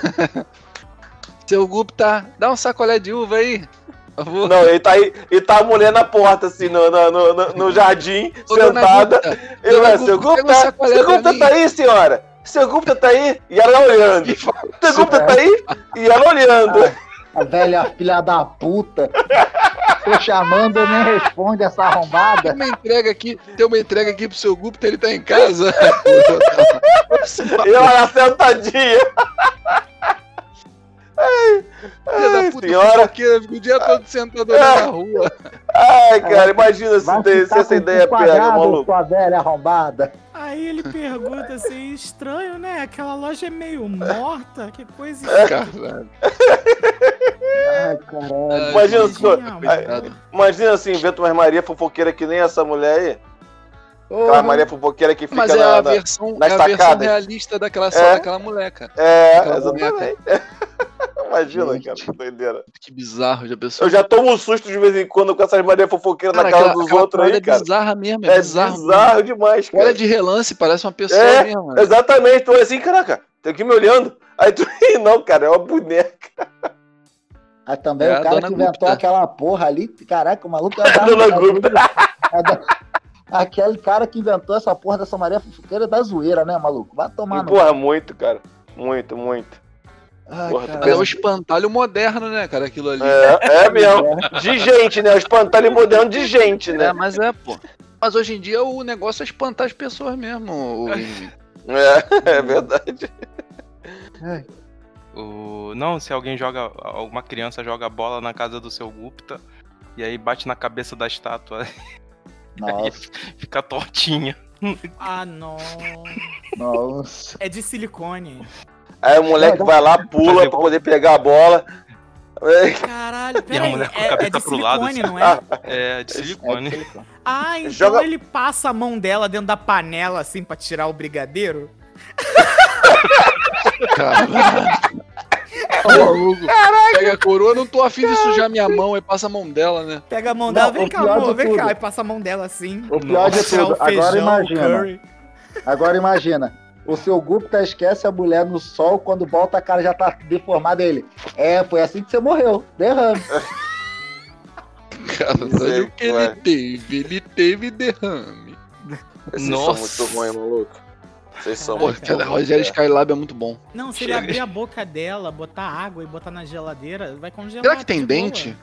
Speaker 6: Seu Gupta, dá um sacolé de uva aí. Por favor.
Speaker 7: Não, ele tá aí, e tá a mulher na porta, assim, no, no, no, no jardim,
Speaker 6: Ô, dona
Speaker 7: sentada.
Speaker 6: Gupta,
Speaker 7: Ele
Speaker 6: dona
Speaker 7: vai, seu
Speaker 6: Gupta, pega um
Speaker 7: Gupta,
Speaker 6: sacolé
Speaker 7: seu
Speaker 6: pra
Speaker 7: Gupta
Speaker 6: mim.
Speaker 7: tá aí, senhora? Seu Gupta tá aí? E ela olhando.
Speaker 6: E fala,
Speaker 7: Seu Gupta tá aí? E ela olhando.
Speaker 5: A velha filha da puta. Tô chamando e nem responde essa
Speaker 6: tem
Speaker 5: arrombada.
Speaker 6: uma entrega aqui, tem uma entrega aqui pro seu Gupta, ele tá em casa.
Speaker 7: E ela lá sentadinha. Ai,
Speaker 6: Filha da puta, fofoqueira, fica o dia todo sentado ali na rua.
Speaker 7: Ai, cara, imagina se, tem, se essa ideia pega, maluco.
Speaker 5: Sua velha arrombada.
Speaker 4: Aí ele pergunta assim, estranho, né? Aquela loja é meio morta, que coisa
Speaker 6: Caralho.
Speaker 5: Ai, caralho.
Speaker 7: Imagina, se,
Speaker 6: Coitado.
Speaker 7: imagina assim, inventa uma Maria fofoqueira que nem essa mulher aí. Aquela Maria fofoqueira que fica
Speaker 6: Mas é
Speaker 7: na,
Speaker 6: a
Speaker 7: na,
Speaker 6: versão,
Speaker 7: nas
Speaker 6: é a versão
Speaker 7: sacadas.
Speaker 6: realista daquela, só
Speaker 7: É.
Speaker 6: daquela mulher, cara.
Speaker 7: É,
Speaker 6: Aquela
Speaker 7: exatamente. Imagina,
Speaker 6: Gente.
Speaker 7: cara, que doideira.
Speaker 6: Que bizarro, já pensou?
Speaker 7: Eu já tomo um susto de vez em quando com essas Maria fofoqueiras
Speaker 6: Cara,
Speaker 7: na casa
Speaker 6: aquela-
Speaker 7: dos
Speaker 6: aquela
Speaker 7: outros aí,
Speaker 6: parada
Speaker 7: cara.
Speaker 6: É bizarra mesmo, é,
Speaker 7: É
Speaker 6: bizarro.
Speaker 7: bizarro demais, cara.
Speaker 6: Olha de relance, parece uma pessoa
Speaker 7: É,
Speaker 6: mesmo. né?
Speaker 7: exatamente. Tu é assim, caraca, tem aqui me olhando. Aí tu, não, cara, é uma boneca.
Speaker 5: Aí também
Speaker 6: É a
Speaker 5: o cara
Speaker 6: dona
Speaker 5: que inventou
Speaker 6: Gupta.
Speaker 5: aquela porra ali, caraca, o maluco é
Speaker 7: A
Speaker 5: da-
Speaker 7: dona
Speaker 5: é
Speaker 7: Gupta.
Speaker 5: da- é da- Aquele cara que inventou essa porra dessa Maria Fofoqueira é da zoeira, né, maluco? Vai tomar no.
Speaker 7: Porra, muito, cara. Muito, muito.
Speaker 5: Ai,
Speaker 7: porra,
Speaker 5: cara.
Speaker 6: Mas é o espantalho moderno, né, cara, aquilo ali.
Speaker 7: É, é mesmo. De gente, né? O espantalho moderno de gente,
Speaker 6: É,
Speaker 7: né?
Speaker 6: mas é, pô. Mas hoje em dia o negócio é espantar as pessoas mesmo. o-
Speaker 7: É, é verdade.
Speaker 3: O... Não, se alguém joga. Alguma criança joga bola na casa do seu Gupta e aí bate na cabeça da estátua
Speaker 5: Nossa,
Speaker 3: fica tortinha.
Speaker 4: Ah, não.
Speaker 5: nossa.
Speaker 4: É de silicone.
Speaker 7: Aí o moleque vai lá, pula pra poder pegar a bola.
Speaker 4: Caralho,
Speaker 3: E a
Speaker 4: peraí.
Speaker 3: mulher com a
Speaker 4: É, é
Speaker 3: cabeça
Speaker 4: de
Speaker 3: pro lado,
Speaker 4: silicone,
Speaker 3: assim.
Speaker 4: não é?
Speaker 3: É de silicone.
Speaker 4: Ah, então
Speaker 7: Joga-
Speaker 4: ele passa a mão dela dentro da panela, assim, pra tirar o brigadeiro?
Speaker 6: Caralho. Ô, maluco. Pega a coroa, não tô afim de sujar minha mão, aí passa a mão dela, né?
Speaker 4: Pega a mão
Speaker 5: Não,
Speaker 4: dela, vem
Speaker 5: o
Speaker 4: cá,
Speaker 5: pior
Speaker 4: amor,
Speaker 5: de
Speaker 4: vem
Speaker 5: tudo.
Speaker 4: cá. E passa a mão dela assim.
Speaker 5: O pior de
Speaker 4: Tirar
Speaker 5: tudo,
Speaker 4: o feijão,
Speaker 5: agora
Speaker 4: o
Speaker 5: imagina.
Speaker 4: curry.
Speaker 5: Agora imagina. O seu Gupta esquece a mulher no sol, quando volta a cara já tá deformada ele. É, foi assim que você morreu. Derrame.
Speaker 6: Caralho, o que ele teve? Ele teve derrame.
Speaker 7: Vocês
Speaker 3: Nossa.
Speaker 7: são muito ruins, maluco. Vocês são
Speaker 6: Pô,
Speaker 7: muito
Speaker 6: aquela
Speaker 7: ruins.
Speaker 6: Rogério Skylab é muito bom.
Speaker 4: Não, se ele abrir a boca dela, botar água e botar na geladeira, vai congelar.
Speaker 6: Será que tem
Speaker 4: de boa.
Speaker 6: dente?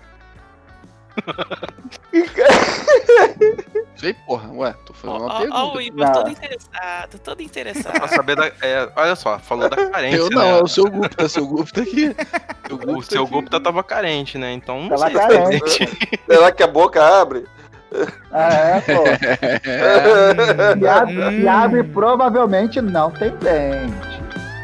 Speaker 6: Sei, porra. Ué, tô fazendo uma
Speaker 8: Ó,
Speaker 6: pergunta.
Speaker 8: ó, o Igor
Speaker 5: Não.
Speaker 8: todo interessado, todo
Speaker 3: Pra
Speaker 8: interessado.
Speaker 3: saber da. É, olha só, falou da carência.
Speaker 6: Eu não,
Speaker 3: né?
Speaker 6: é o seu Gupta, seu Gupta aqui.
Speaker 3: O seu Gupta tava carente, né? Então não
Speaker 5: Tava
Speaker 3: sei se
Speaker 5: carente.
Speaker 3: tem dente.
Speaker 7: Será que a boca abre?
Speaker 5: Ah, é, pô.
Speaker 6: É.
Speaker 5: Se abre, se
Speaker 4: Hum.
Speaker 5: abre, provavelmente não tem dente.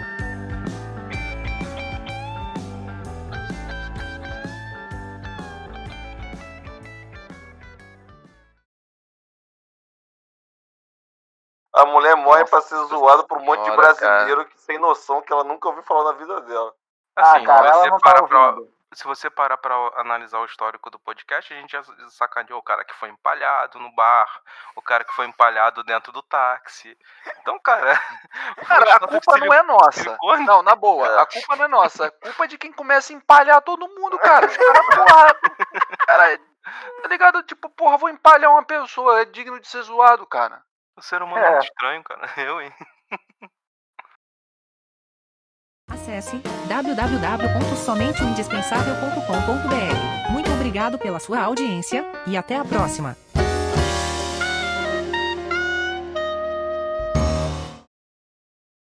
Speaker 7: A mulher morre
Speaker 6: Nossa
Speaker 7: pra ser zoada por um monte de
Speaker 6: senhora,
Speaker 7: brasileiro que sem noção que ela nunca ouviu falar na vida dela.
Speaker 3: Assim,
Speaker 5: cara,
Speaker 3: se
Speaker 5: ela
Speaker 3: você
Speaker 5: não tá
Speaker 3: parar pra-
Speaker 5: ouvindo.
Speaker 3: se você parar pra analisar o histórico do podcast, a gente já sacaneou o cara que foi empalhado no bar, o cara que foi empalhado dentro do táxi. Então, cara.
Speaker 6: Cara, a culpa não é nossa.
Speaker 3: silicone?
Speaker 6: Não, na boa, a culpa não é nossa. A culpa é de quem começa a empalhar todo mundo, cara. Os caras, porra. Cara, tá ligado? Tipo, porra, vou empalhar uma pessoa. É digno de ser zoado, cara.
Speaker 3: O ser humano é,
Speaker 5: É.
Speaker 3: muito estranho, cara. Eu, hein?
Speaker 9: Acesse w w w ponto somente o indispensável ponto com ponto b r. Muito obrigado pela sua audiência e até a próxima.